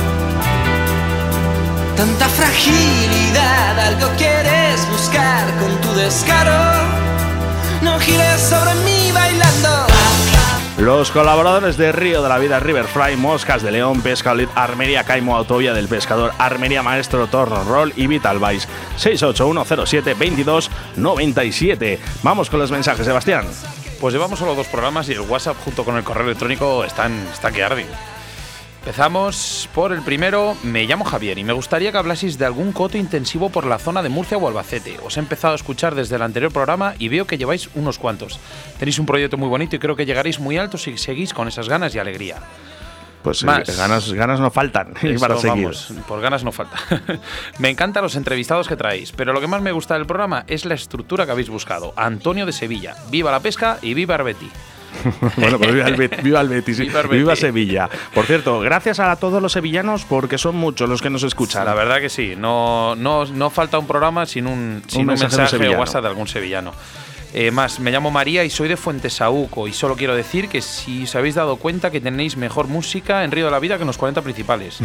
Tanta fragilidad, algo quieres buscar con tu descaro. No gires sobre mí bailando. Los colaboradores de Río de la Vida, Riverfly, Moscas de León, Pesca Olid, Armería Caimo, Autovía del Pescador, Armería Maestro, Torno Roll y Vital Vice. seis ocho uno cero siete veintidós noventa y siete. Vamos con los mensajes, Sebastián. Pues llevamos solo dos programas y el WhatsApp junto con el correo electrónico están, están que arden. Empezamos por el primero. Me llamo Javier y me gustaría que hablaseis de algún coto intensivo por la zona de Murcia o Albacete. Os he empezado a escuchar desde el anterior programa y veo que lleváis unos cuantos. Tenéis un proyecto muy bonito y creo que llegaréis muy alto si seguís con esas ganas y alegría. Pues eh, Más. ganas, ganas no faltan Eso, para seguir. vamos, por ganas no falta. Me encantan los entrevistados que traéis, pero lo que más me gusta del programa es la estructura que habéis buscado. Antonio de Sevilla, viva la pesca y viva Arbeti. Bueno, pues viva el, Bet- viva el Betis, Viva el y viva Betis. Sevilla. Por cierto, gracias a todos los sevillanos porque son muchos los que nos escuchan. La verdad que sí, no, no, no falta un programa sin un, sin un mensaje mensaje, de un o sevillano. WhatsApp de algún sevillano. Eh, más, me llamo María y soy de Fuentesauco y solo quiero decir que si os habéis dado cuenta que tenéis mejor música en Río de la Vida que en los cuarenta principales.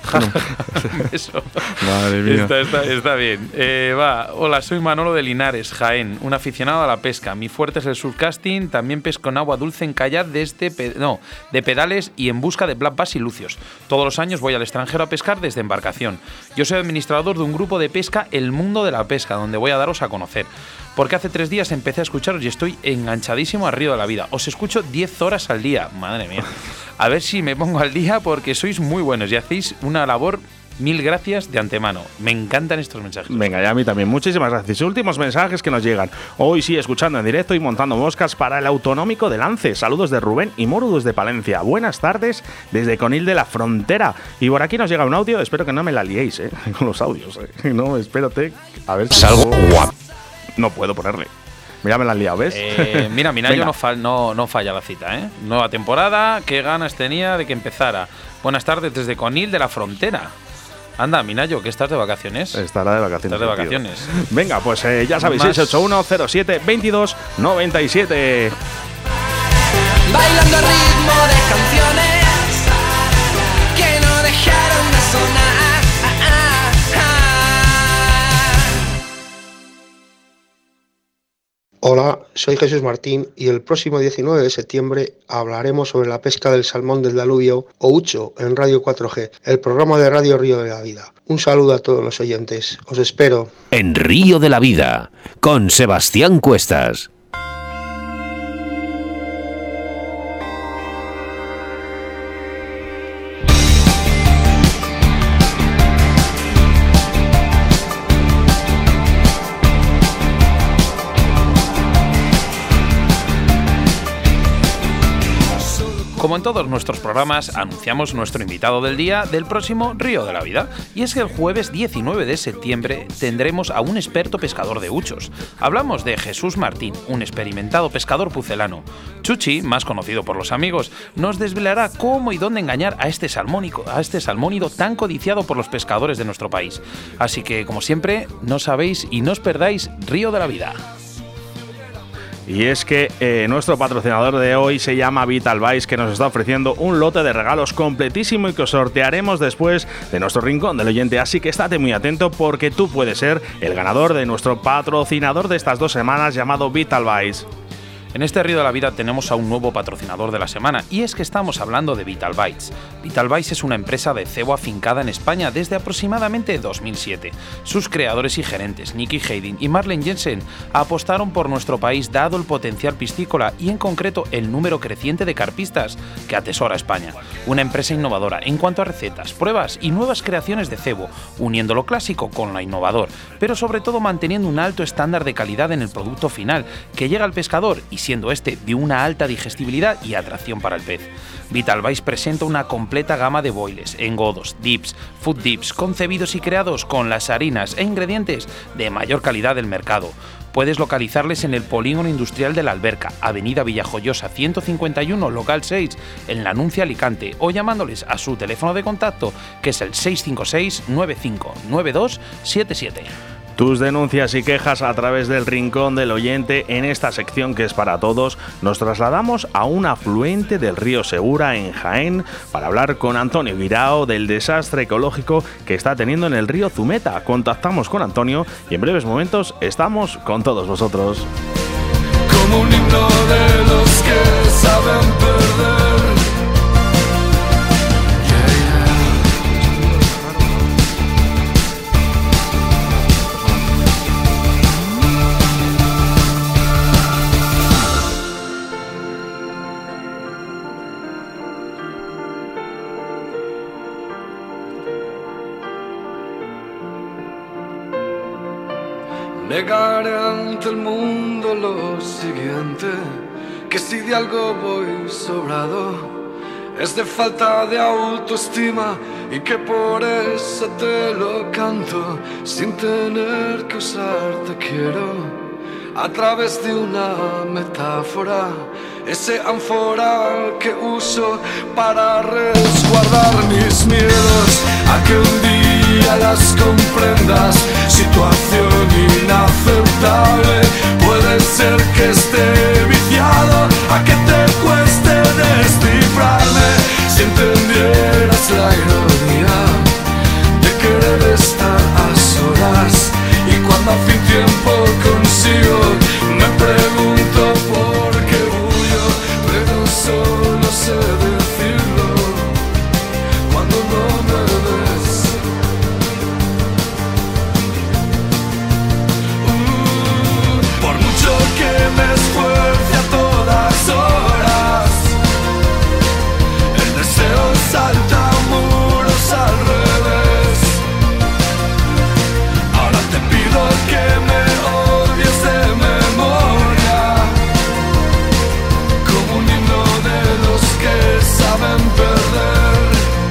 Eso. Madre mía. Está, está, está bien. Eh, va, hola, soy Manolo de Linares, Jaén, un aficionado a la pesca. Mi fuerte es el surcasting, también pesco en agua dulce en kayak desde pe- no, de pedales y en busca de black bass y lucios. Todos los años voy al extranjero a pescar desde embarcación. Yo soy administrador de un grupo de pesca, El Mundo de la Pesca, donde voy a daros a conocer. Porque hace tres días empecé a escucharos y estoy enganchadísimo a Río de la Vida. Os escucho diez horas al día. Madre mía. A ver si me pongo al día porque sois muy buenos y hacéis una labor. Mil gracias de antemano. Me encantan estos mensajes. Venga, ya a mí también. Muchísimas gracias. Últimos mensajes que nos llegan. Hoy sí, escuchando en directo y montando moscas para el Autonómico de Lance. Saludos de Rubén y Moru desde Palencia. Buenas tardes desde Conil de la Frontera. Y por aquí nos llega un audio. Espero que no me la liéis, ¿eh? Con los audios, ¿eh? No, espérate. A ver si Salgo guapo. no puedo ponerle. Mira, me la han liado, ¿ves? Eh, mira, Minayo Venga. no, fal- no, no falla la cita, ¿eh? Nueva temporada, qué ganas tenía de que empezara. Buenas tardes desde Conil de la Frontera. Anda, Minayo, que estás de vacaciones. Estará de vacaciones. Estás de tío. vacaciones. Venga, pues eh, ya sabéis, Más. seis ocho uno cero siete veintidós noventa y siete. Bailando al ritmo de canciones que no dejaron de sonar. Ah, ah, ah. Hola, soy Jesús Martín y el próximo diecinueve de septiembre hablaremos sobre la pesca del salmón del Danubio o Ucho en Radio cuatro G, el programa de Radio Río de la Vida. Un saludo a todos los oyentes, os espero. En Río de la Vida, con Sebastián Cuestas. como en todos nuestros programas, anunciamos nuestro invitado del día del próximo Río de la Vida. Y es que el jueves diecinueve de septiembre tendremos a un experto pescador de huchos. Hablamos de Jesús Martín, un experimentado pescador pucelano. Chuchi, más conocido por los amigos, nos desvelará cómo y dónde engañar a este salmónico, a este salmónido tan codiciado por los pescadores de nuestro país. Así que, como siempre, no sabéis y no os perdáis Río de la Vida. Y es que eh, nuestro patrocinador de hoy se llama Vital Vice, que nos está ofreciendo un lote de regalos completísimo y que os sortearemos después de nuestro rincón del oyente. Así que estate muy atento porque tú puedes ser el ganador de nuestro patrocinador de estas dos semanas llamado Vital Vice. En este Río de la Vida tenemos a un nuevo patrocinador de la semana y es que estamos hablando de Vital Bites. Vital Bites es una empresa de cebo afincada en España desde aproximadamente dos mil siete. Sus creadores y gerentes, Nicky Hayden y Marlene Jensen, apostaron por nuestro país dado el potencial piscícola y en concreto el número creciente de carpistas que atesora España. Una empresa innovadora en cuanto a recetas, pruebas y nuevas creaciones de cebo, uniendo lo clásico con lo innovador, pero sobre todo manteniendo un alto estándar de calidad en el producto final que llega al pescador y siendo este de una alta digestibilidad y atracción para el pez. Vital Vice presenta una completa gama de boiles, engodos, dips, food dips, concebidos y creados con las harinas e ingredientes de mayor calidad del mercado. Puedes localizarles en el Polígono Industrial de la Alberca, Avenida Villajoyosa ciento cincuenta y uno, local seis, en La Nuncia, Alicante, o llamándoles a su teléfono de contacto, que es el seis cinco seis, nueve cinco nueve dos, siete siete. Tus denuncias y quejas a través del rincón del oyente. En esta sección que es para todos, nos trasladamos a un afluente del río Segura en Jaén para hablar con Antonio Guirao del desastre ecológico que está teniendo en el río Zumeta. Contactamos con Antonio y en breves momentos estamos con todos vosotros. Como un himno de los que saben perder. Negaré ante el mundo lo siguiente, que si de algo voy sobrado es de falta de autoestima y que por eso te lo canto sin tener que usar te quiero a través de una metáfora, ese ánfora que uso para resguardar mis miedos a que un día las comprendas. Situación inaceptable, puede ser que esté viciado a que te cueste descifrarme. Si entendieras la ironía de querer estar a solas y cuando hace tiempo consigo me pregunto por qué huyo, pero solo sé decirlo cuando no me ves. Uh, por mucho que me esfuerce a todas horas, el deseo salta muros al revés. Ahora te pido que me odies de memoria, como un himno de los que saben perder.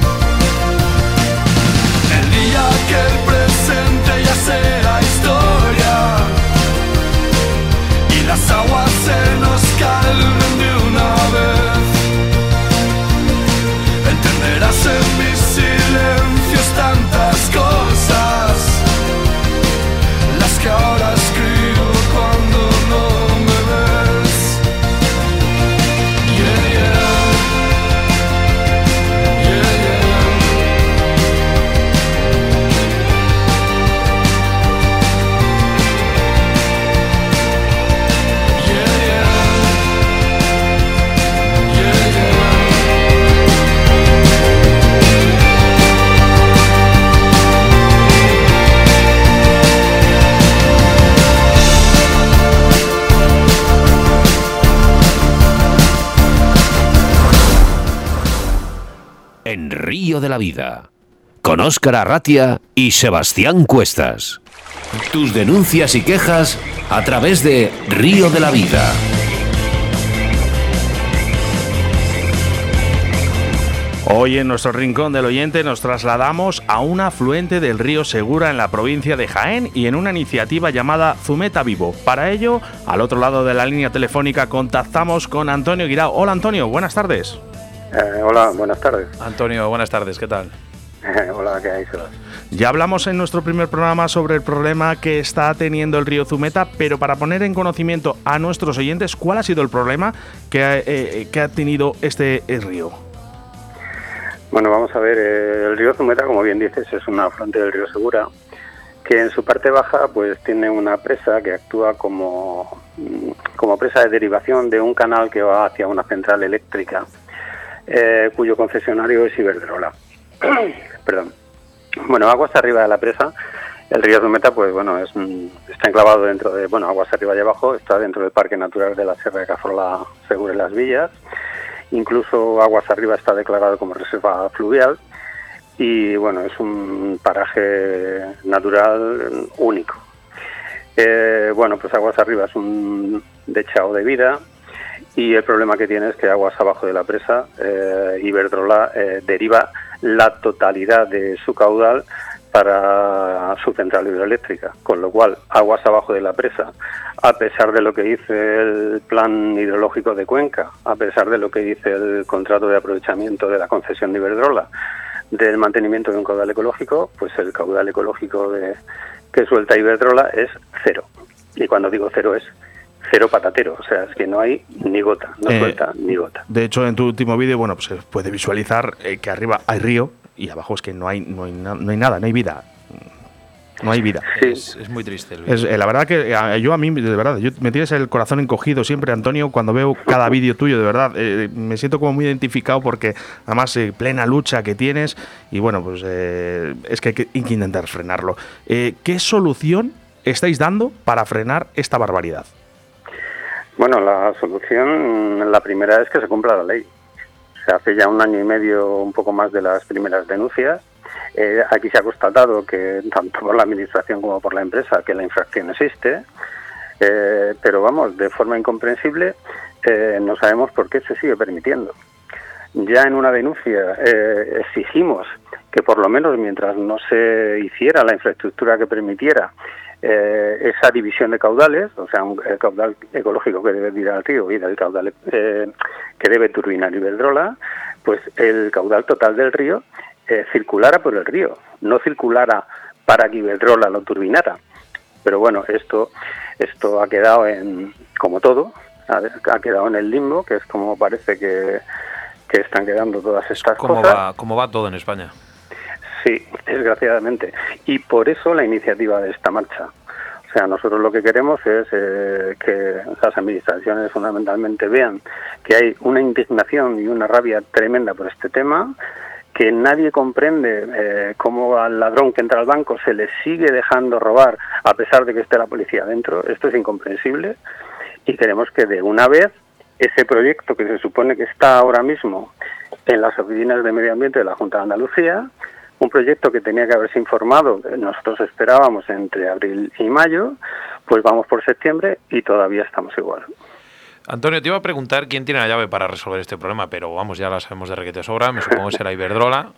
El día que el presente ya sea historia y las aguas se nos calmen de una vez, entenderás en mis silencios tantas cosas, las que ahora escribo cuando no me ves. Yeah, yeah. Yeah, yeah. Yeah, yeah. Yeah, yeah. En Río de la Vida, con Óscar Arratia y Sebastián Cuestas. Tus denuncias y quejas a través de Río de la Vida. Hoy en nuestro Rincón del Oyente nos trasladamos a un afluente del río Segura en la provincia de Jaén y en una iniciativa llamada Zumeta Vivo. Para ello, al otro lado de la línea telefónica contactamos con Antonio Guirao. Hola Antonio, buenas tardes. Eh, hola, buenas tardes. Antonio, buenas tardes, ¿qué tal? Eh, hola, ¿qué hay? Ya hablamos en nuestro primer programa sobre el problema que está teniendo el río Zumeta, pero para poner en conocimiento a nuestros oyentes, ¿cuál ha sido el problema que ha, eh, que ha tenido este río? Bueno, vamos a ver, eh, el río Zumeta, como bien dices, es un afluente del río Segura, que en su parte baja pues tiene una presa que actúa como, como presa de derivación de un canal que va hacia una central eléctrica, eh, cuyo concesionario es Iberdrola. Perdón. Bueno, aguas arriba de la presa, el río Zumeta, pues bueno, es, está enclavado dentro de, bueno, aguas arriba y abajo, está dentro del Parque Natural de la Sierra de Cazorla, Segura y Las Villas. Incluso aguas arriba está declarado como reserva fluvial y bueno, es un paraje natural único. Eh, bueno, pues aguas arriba es un dechado de vida y el problema que tiene es que aguas abajo de la presa, eh, Iberdrola eh, deriva la totalidad de su caudal para su central hidroeléctrica, con lo cual aguas abajo de la presa, a pesar de lo que dice el plan hidrológico de Cuenca, a pesar de lo que dice el contrato de aprovechamiento de la concesión de Iberdrola, del mantenimiento de un caudal ecológico, pues el caudal ecológico de, que suelta Iberdrola es cero. Y cuando digo cero es cero patatero, o sea, es que no hay ni gota, no eh, suelta ni gota. De hecho, en tu último vídeo, bueno, pues se puede visualizar eh, que arriba hay río y abajo es que no hay no hay, na- no hay nada, no hay vida. No hay vida. Sí. Es, es muy triste el vídeo. Es, eh, la verdad que eh, yo a mí, de verdad, yo, me tienes el corazón encogido siempre, Antonio, cuando veo cada vídeo tuyo, de verdad. Eh, me siento como muy identificado porque además eh, plena lucha que tienes y bueno, pues eh, es que hay que, hay que intentar frenarlo. Eh, ¿Qué solución estáis dando para frenar esta barbaridad? Bueno, la solución, la primera es que se cumpla la ley. Se hace ya un año y medio, un poco más de las primeras denuncias. Eh, aquí se ha constatado que tanto por la administración como por la empresa que la infracción existe, eh, pero vamos, de forma incomprensible eh, no sabemos por qué se sigue permitiendo. Ya en una denuncia eh, exigimos que por lo menos mientras no se hiciera la infraestructura que permitiera eh, esa división de caudales, o sea, un, el caudal ecológico que debe ir al río y el caudal eh, que debe turbinar Iberdrola, pues el caudal total del río eh, circulara por el río, no circulara para que Iberdrola lo turbinara. Pero bueno, esto esto ha quedado en, como todo, ha, ha quedado en el limbo, que es como parece que, que están quedando todas estas ¿Cómo cosas. Va, ¿Cómo va todo en España? Sí, desgraciadamente. Y por eso la iniciativa de esta marcha. O sea, nosotros lo que queremos es eh, que las administraciones fundamentalmente vean que hay una indignación y una rabia tremenda por este tema, que nadie comprende eh, cómo al ladrón que entra al banco se le sigue dejando robar a pesar de que esté la policía dentro. Esto es incomprensible y queremos que de una vez ese proyecto que se supone que está ahora mismo en las oficinas de medio ambiente de la Junta de Andalucía, un proyecto que tenía que haberse informado, nosotros esperábamos entre abril y mayo, pues vamos por septiembre y todavía estamos igual. Antonio, te iba a preguntar quién tiene la llave para resolver este problema, pero vamos, ya la sabemos de requete sobra, me supongo que será Iberdrola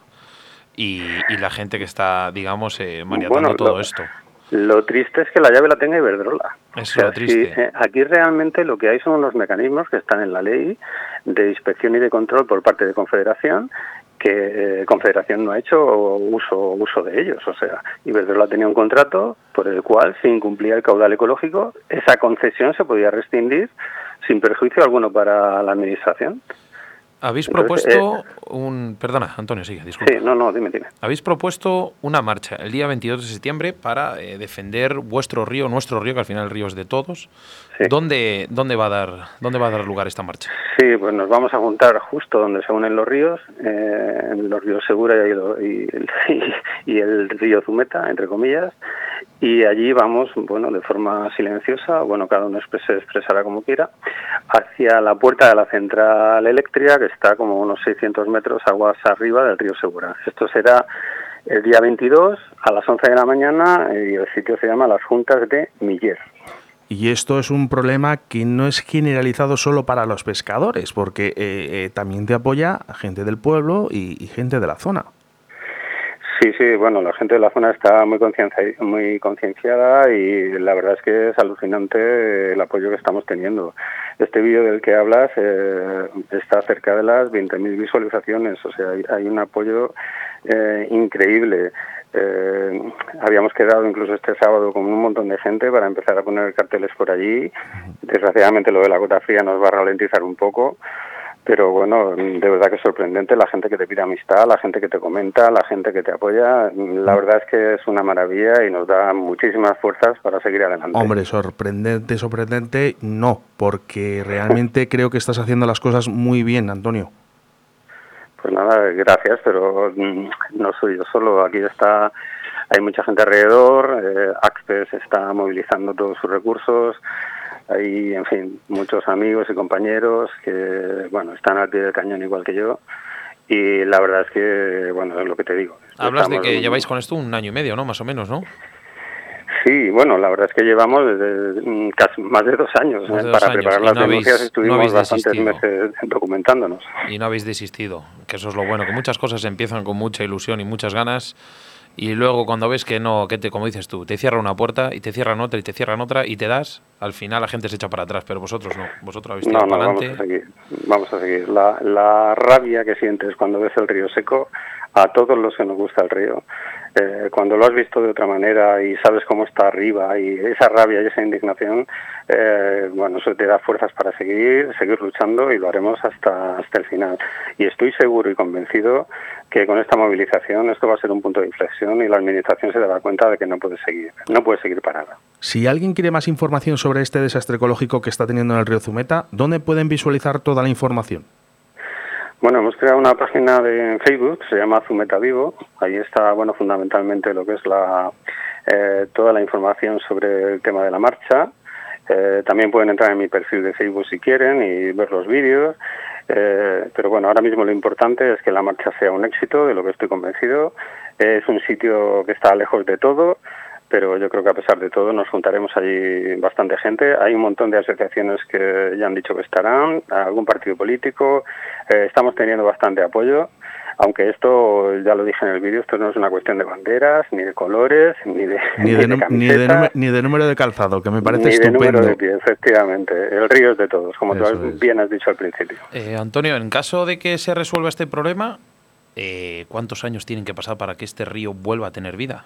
y, y la gente que está, digamos, eh, maniatando bueno, todo lo, esto. Lo triste es que la llave la tenga Iberdrola. Eso o sea, es lo triste. Si, eh, aquí realmente lo que hay son los mecanismos que están en la ley de inspección y de control por parte de Confederación, que eh, Confederación no ha hecho uso uso de ellos. O sea, Iberdrola tenía un contrato por el cual, si incumplía el caudal ecológico, esa concesión se podía rescindir sin perjuicio alguno para la administración. Habéis Entonces, propuesto eh, un... Perdona, Antonio, sigue, disculpa. Sí, no, no, dime, dime. Habéis propuesto una marcha el día veintidós de septiembre para eh, defender vuestro río, nuestro río, que al final el río es de todos. Sí. ¿Dónde, dónde, va a dar, ¿Dónde va a dar lugar esta marcha? Sí, pues nos vamos a juntar justo donde se unen los ríos, eh, los ríos Segura y el, y, y el río Zumeta, entre comillas, y allí vamos, bueno, de forma silenciosa, bueno, cada uno se expresará como quiera, hacia la puerta de la central eléctrica, que está como unos seiscientos metros aguas arriba del río Segura. Esto será el día veintidós a las once de la mañana y el sitio se llama Las Juntas de Miller. Y esto es un problema que no es generalizado solo para los pescadores, porque eh, eh, también te apoya gente del pueblo y, y gente de la zona. Sí, sí, bueno, la gente de la zona está muy conciencia, muy concienciada y la verdad es que es alucinante el apoyo que estamos teniendo. Este vídeo del que hablas eh, está cerca de las veinte mil visualizaciones, o sea, hay, hay un apoyo eh, increíble. Eh, habíamos quedado incluso este sábado con un montón de gente para empezar a poner carteles por allí. Desgraciadamente lo de la gota fría nos va a ralentizar un poco. Pero bueno, de verdad que es sorprendente la gente que te pide amistad, la gente que te comenta, la gente que te apoya. La verdad es que es una maravilla y nos da muchísimas fuerzas para seguir adelante. Hombre, sorprendente, sorprendente, no, porque realmente creo que estás haciendo las cosas muy bien, Antonio. Pues nada, gracias, pero no soy yo solo. Aquí está, hay mucha gente alrededor, eh, Axpes está movilizando todos sus recursos. Hay, en fin, muchos amigos y compañeros que, bueno, están al pie del cañón igual que yo y la verdad es que, bueno, es lo que te digo. Hablas de que en... lleváis con esto un año y medio, ¿no? Más o menos, ¿no? Sí, bueno, la verdad es que llevamos desde casi más de dos años más ¿eh? de dos para años. preparar las no denuncias habéis, estuvimos no bastantes desistido. meses documentándonos. Y no habéis desistido, que eso es lo bueno, que muchas cosas empiezan con mucha ilusión y muchas ganas. Y luego cuando ves que no, que te, como dices tú, te cierra una puerta y te cierran otra y te cierran otra y te das, al final la gente se echa para atrás, pero vosotros no, vosotros habéis tirado no, no, para vamos adelante. a seguir, vamos a seguir. La, la rabia que sientes cuando ves el río seco, a todos los que nos gusta el río, eh, cuando lo has visto de otra manera y sabes cómo está arriba y esa rabia y esa indignación, eh, bueno, eso te da fuerzas para seguir, seguir luchando y lo haremos hasta, hasta el final. Y estoy seguro y convencido que con esta movilización esto va a ser un punto de inflexión y la administración se dará cuenta de que no puede seguir, no puede seguir parada. Si alguien quiere más información sobre este desastre ecológico que está teniendo en el río Zumeta, ¿dónde pueden visualizar toda la información? Bueno, hemos creado una página de Facebook, se llama Zumeta Vivo. Ahí está, bueno, fundamentalmente lo que es la eh, toda la información sobre el tema de la marcha. Eh, también pueden entrar en mi perfil de Facebook si quieren y ver los vídeos. Eh, pero bueno, ahora mismo lo importante es que la marcha sea un éxito, de lo que estoy convencido. Es un sitio que está lejos de todo, pero yo creo que a pesar de todo nos juntaremos allí bastante gente. Hay un montón de asociaciones que ya han dicho que estarán, algún partido político. Eh, estamos teniendo bastante apoyo, aunque esto, ya lo dije en el vídeo, esto no es una cuestión de banderas, ni de colores, ni de Ni de, de ni, de número, ni de número de calzado, que me parece ni estupendo. Ni de número de pie, efectivamente. El río es de todos, como Eso tú es. bien has dicho al principio. Eh, Antonio, en caso de que se resuelva este problema, eh, ¿cuántos años tienen que pasar para que este río vuelva a tener vida?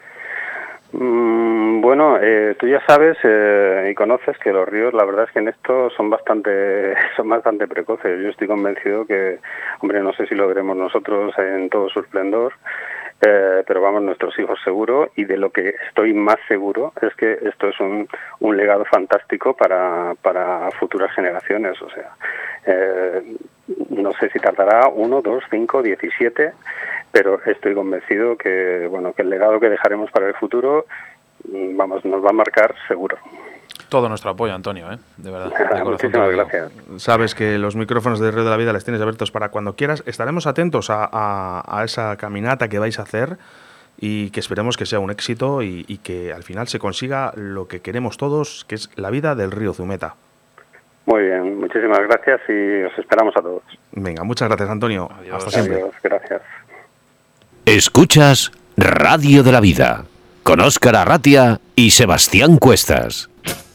Mm, bueno, eh, tú ya sabes eh, y conoces que los ríos, la verdad es que en esto son bastante son bastante precoces. Yo estoy convencido que, hombre, no sé si lo veremos nosotros en todo su esplendor, eh, pero vamos, nuestros hijos seguro, y de lo que estoy más seguro es que esto es un, un legado fantástico para, para futuras generaciones. O sea, eh, no sé si tardará uno, dos, cinco, diecisiete, pero estoy convencido que, bueno, que el legado que dejaremos para el futuro, vamos, nos va a marcar seguro. Todo nuestro apoyo, Antonio, ¿eh? De verdad. De corazón Muchísimas te lo digo. gracias. Sabes que los micrófonos de Río de la Vida les tienes abiertos para cuando quieras. Estaremos atentos a, a, a esa caminata que vais a hacer y que esperemos que sea un éxito y, y que al final se consiga lo que queremos todos, que es la vida del río Zumeta. Muy bien, muchísimas gracias y os esperamos a todos. Venga, muchas gracias, Antonio. Adiós. Hasta siempre. Adiós, gracias. Escuchas Radio de la Vida con Óscar Arratia y Sebastián Cuestas.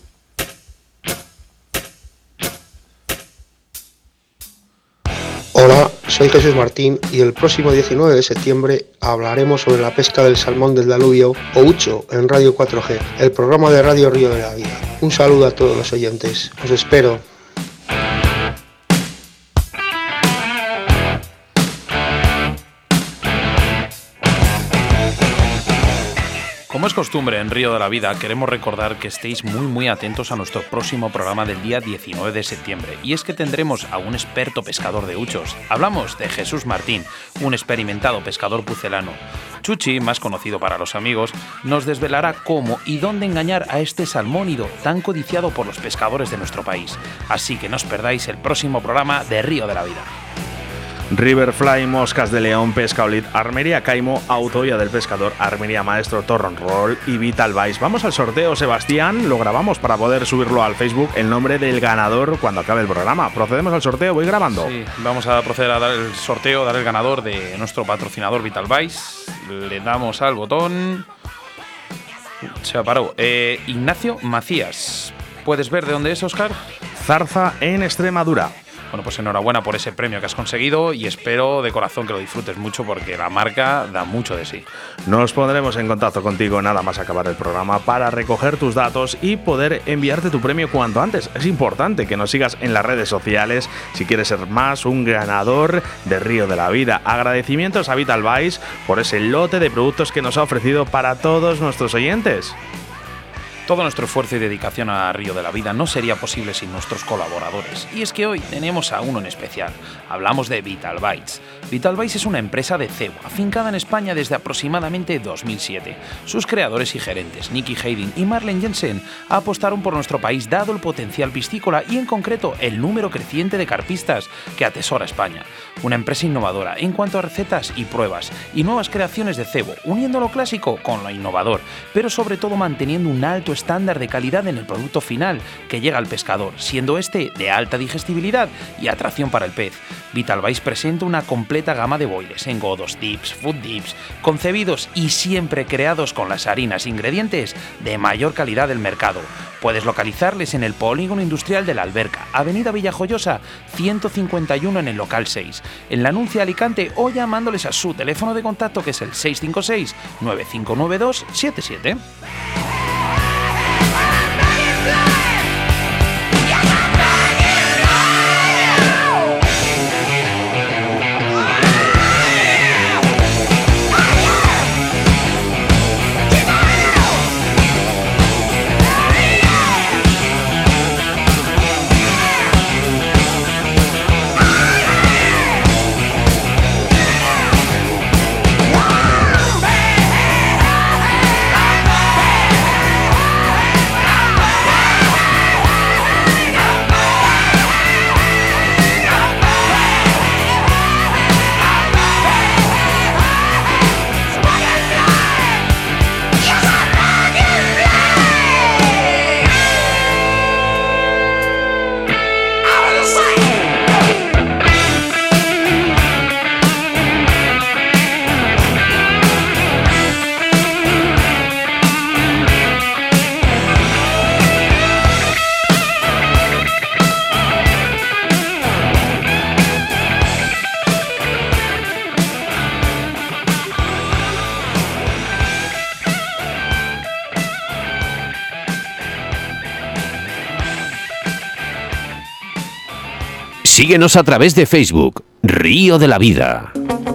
Hola, soy Jesús Martín y el próximo diecinueve de septiembre hablaremos sobre la pesca del salmón del Danubio o Ucho en Radio cuatro G, el programa de Radio Río de la Vida. Un saludo a todos los oyentes. Os espero. Como es costumbre en Río de la Vida, queremos recordar que estéis muy muy atentos a nuestro próximo programa del día diecinueve de septiembre. Y es que tendremos a un experto pescador de huchos. Hablamos de Jesús Martín, un experimentado pescador pucelano. Chuchi, más conocido para los amigos, nos desvelará cómo y dónde engañar a este salmónido tan codiciado por los pescadores de nuestro país. Así que no os perdáis el próximo programa de Río de la Vida. Riverfly, Moscas de León, Pescaolid, Armería Caimo, Autoya del Pescador, Armería Maestro, Torron Roll y Vital Vice. Vamos al sorteo, Sebastián, lo grabamos para poder subirlo al Facebook, el nombre del ganador cuando acabe el programa. Procedemos al sorteo, voy grabando. Sí, vamos a proceder a dar el sorteo, dar el ganador de nuestro patrocinador Vital Vice. Le damos al botón. Se paró. Eh, Ignacio Macías. ¿Puedes ver de dónde es, Óscar? Zarza, en Extremadura. Bueno, pues enhorabuena por ese premio que has conseguido y espero de corazón que lo disfrutes mucho porque la marca da mucho de sí. Nos pondremos en contacto contigo nada más acabar el programa para recoger tus datos y poder enviarte tu premio cuanto antes. Es importante que nos sigas en las redes sociales si quieres ser más un ganador de Río de la Vida. Agradecimientos a Vital Vice por ese lote de productos que nos ha ofrecido para todos nuestros oyentes. Todo nuestro esfuerzo y dedicación a Río de la Vida no sería posible sin nuestros colaboradores. Y es que hoy tenemos a uno en especial. Hablamos de Vital Bites. Vital Bites es una empresa de cebo, afincada en España desde aproximadamente dos mil siete. Sus creadores y gerentes, Nicky Hayden y Marlene Jensen, apostaron por nuestro país dado el potencial piscícola y en concreto el número creciente de carpistas que atesora España. Una empresa innovadora en cuanto a recetas y pruebas y nuevas creaciones de cebo, uniendo lo clásico con lo innovador, pero sobre todo manteniendo un alto estándar de calidad en el producto final que llega al pescador, siendo este de alta digestibilidad y atracción para el pez. Vital Bites presenta una completa gama de boiles, engodos, dips, food dips, concebidos y siempre creados con las harinas e ingredientes de mayor calidad del mercado. Puedes localizarles en el Polígono Industrial de la Alberca, Avenida Villajoyosa, ciento cincuenta y uno en el local seis, en la Nuncia Alicante o llamándoles a su teléfono de contacto que es el seis cinco seis, nueve cinco nueve dos, siete siete. Síguenos a través de Facebook, Río de la Vida.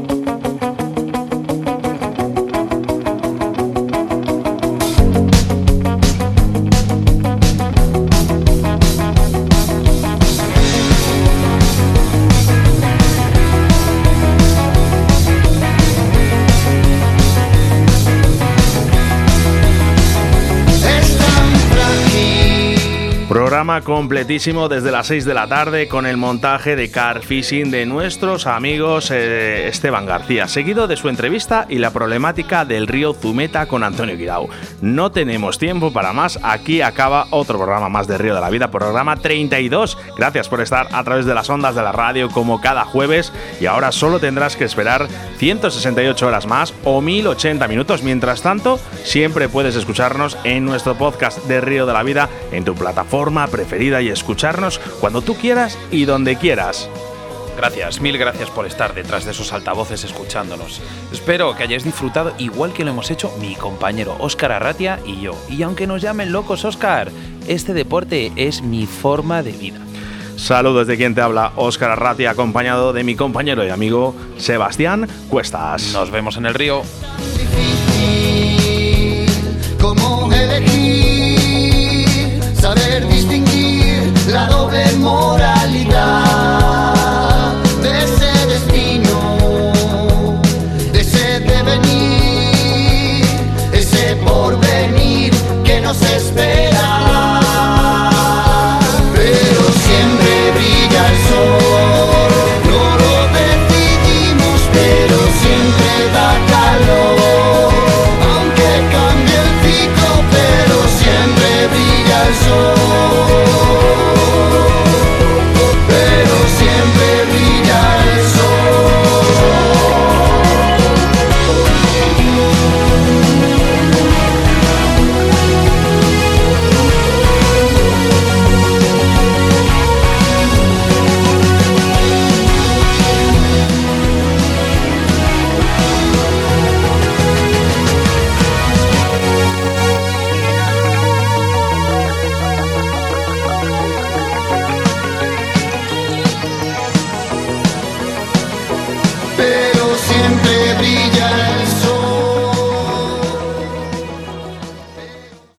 Programa completísimo desde las seis de la tarde con el montaje de Car Fishing de nuestros amigos eh, Esteban García, seguido de su entrevista y la problemática del río Zumeta con Antonio Guirao. No tenemos tiempo para más, aquí acaba otro programa más de Río de la Vida, programa treinta y dos. Gracias por estar a través de las ondas de la radio como cada jueves y ahora solo tendrás que esperar ciento sesenta y ocho horas más o mil ochenta minutos. Mientras tanto, siempre puedes escucharnos en nuestro podcast de Río de la Vida en tu plataforma preferida y escucharnos cuando tú quieras y donde quieras. Gracias, mil gracias por estar detrás de esos altavoces escuchándonos. Espero que hayáis disfrutado igual que lo hemos hecho mi compañero Óscar Arratia y yo. Y aunque nos llamen locos, Óscar, este deporte es mi forma de vida. Saludos de quien te habla, Óscar Arratia, acompañado de mi compañero y amigo Sebastián Cuestas. Nos vemos en el río. ¿Cómo elegir? Saber distinguir la doble moralidad de ese destino, de ese devenir, ese porvenir que nos espera.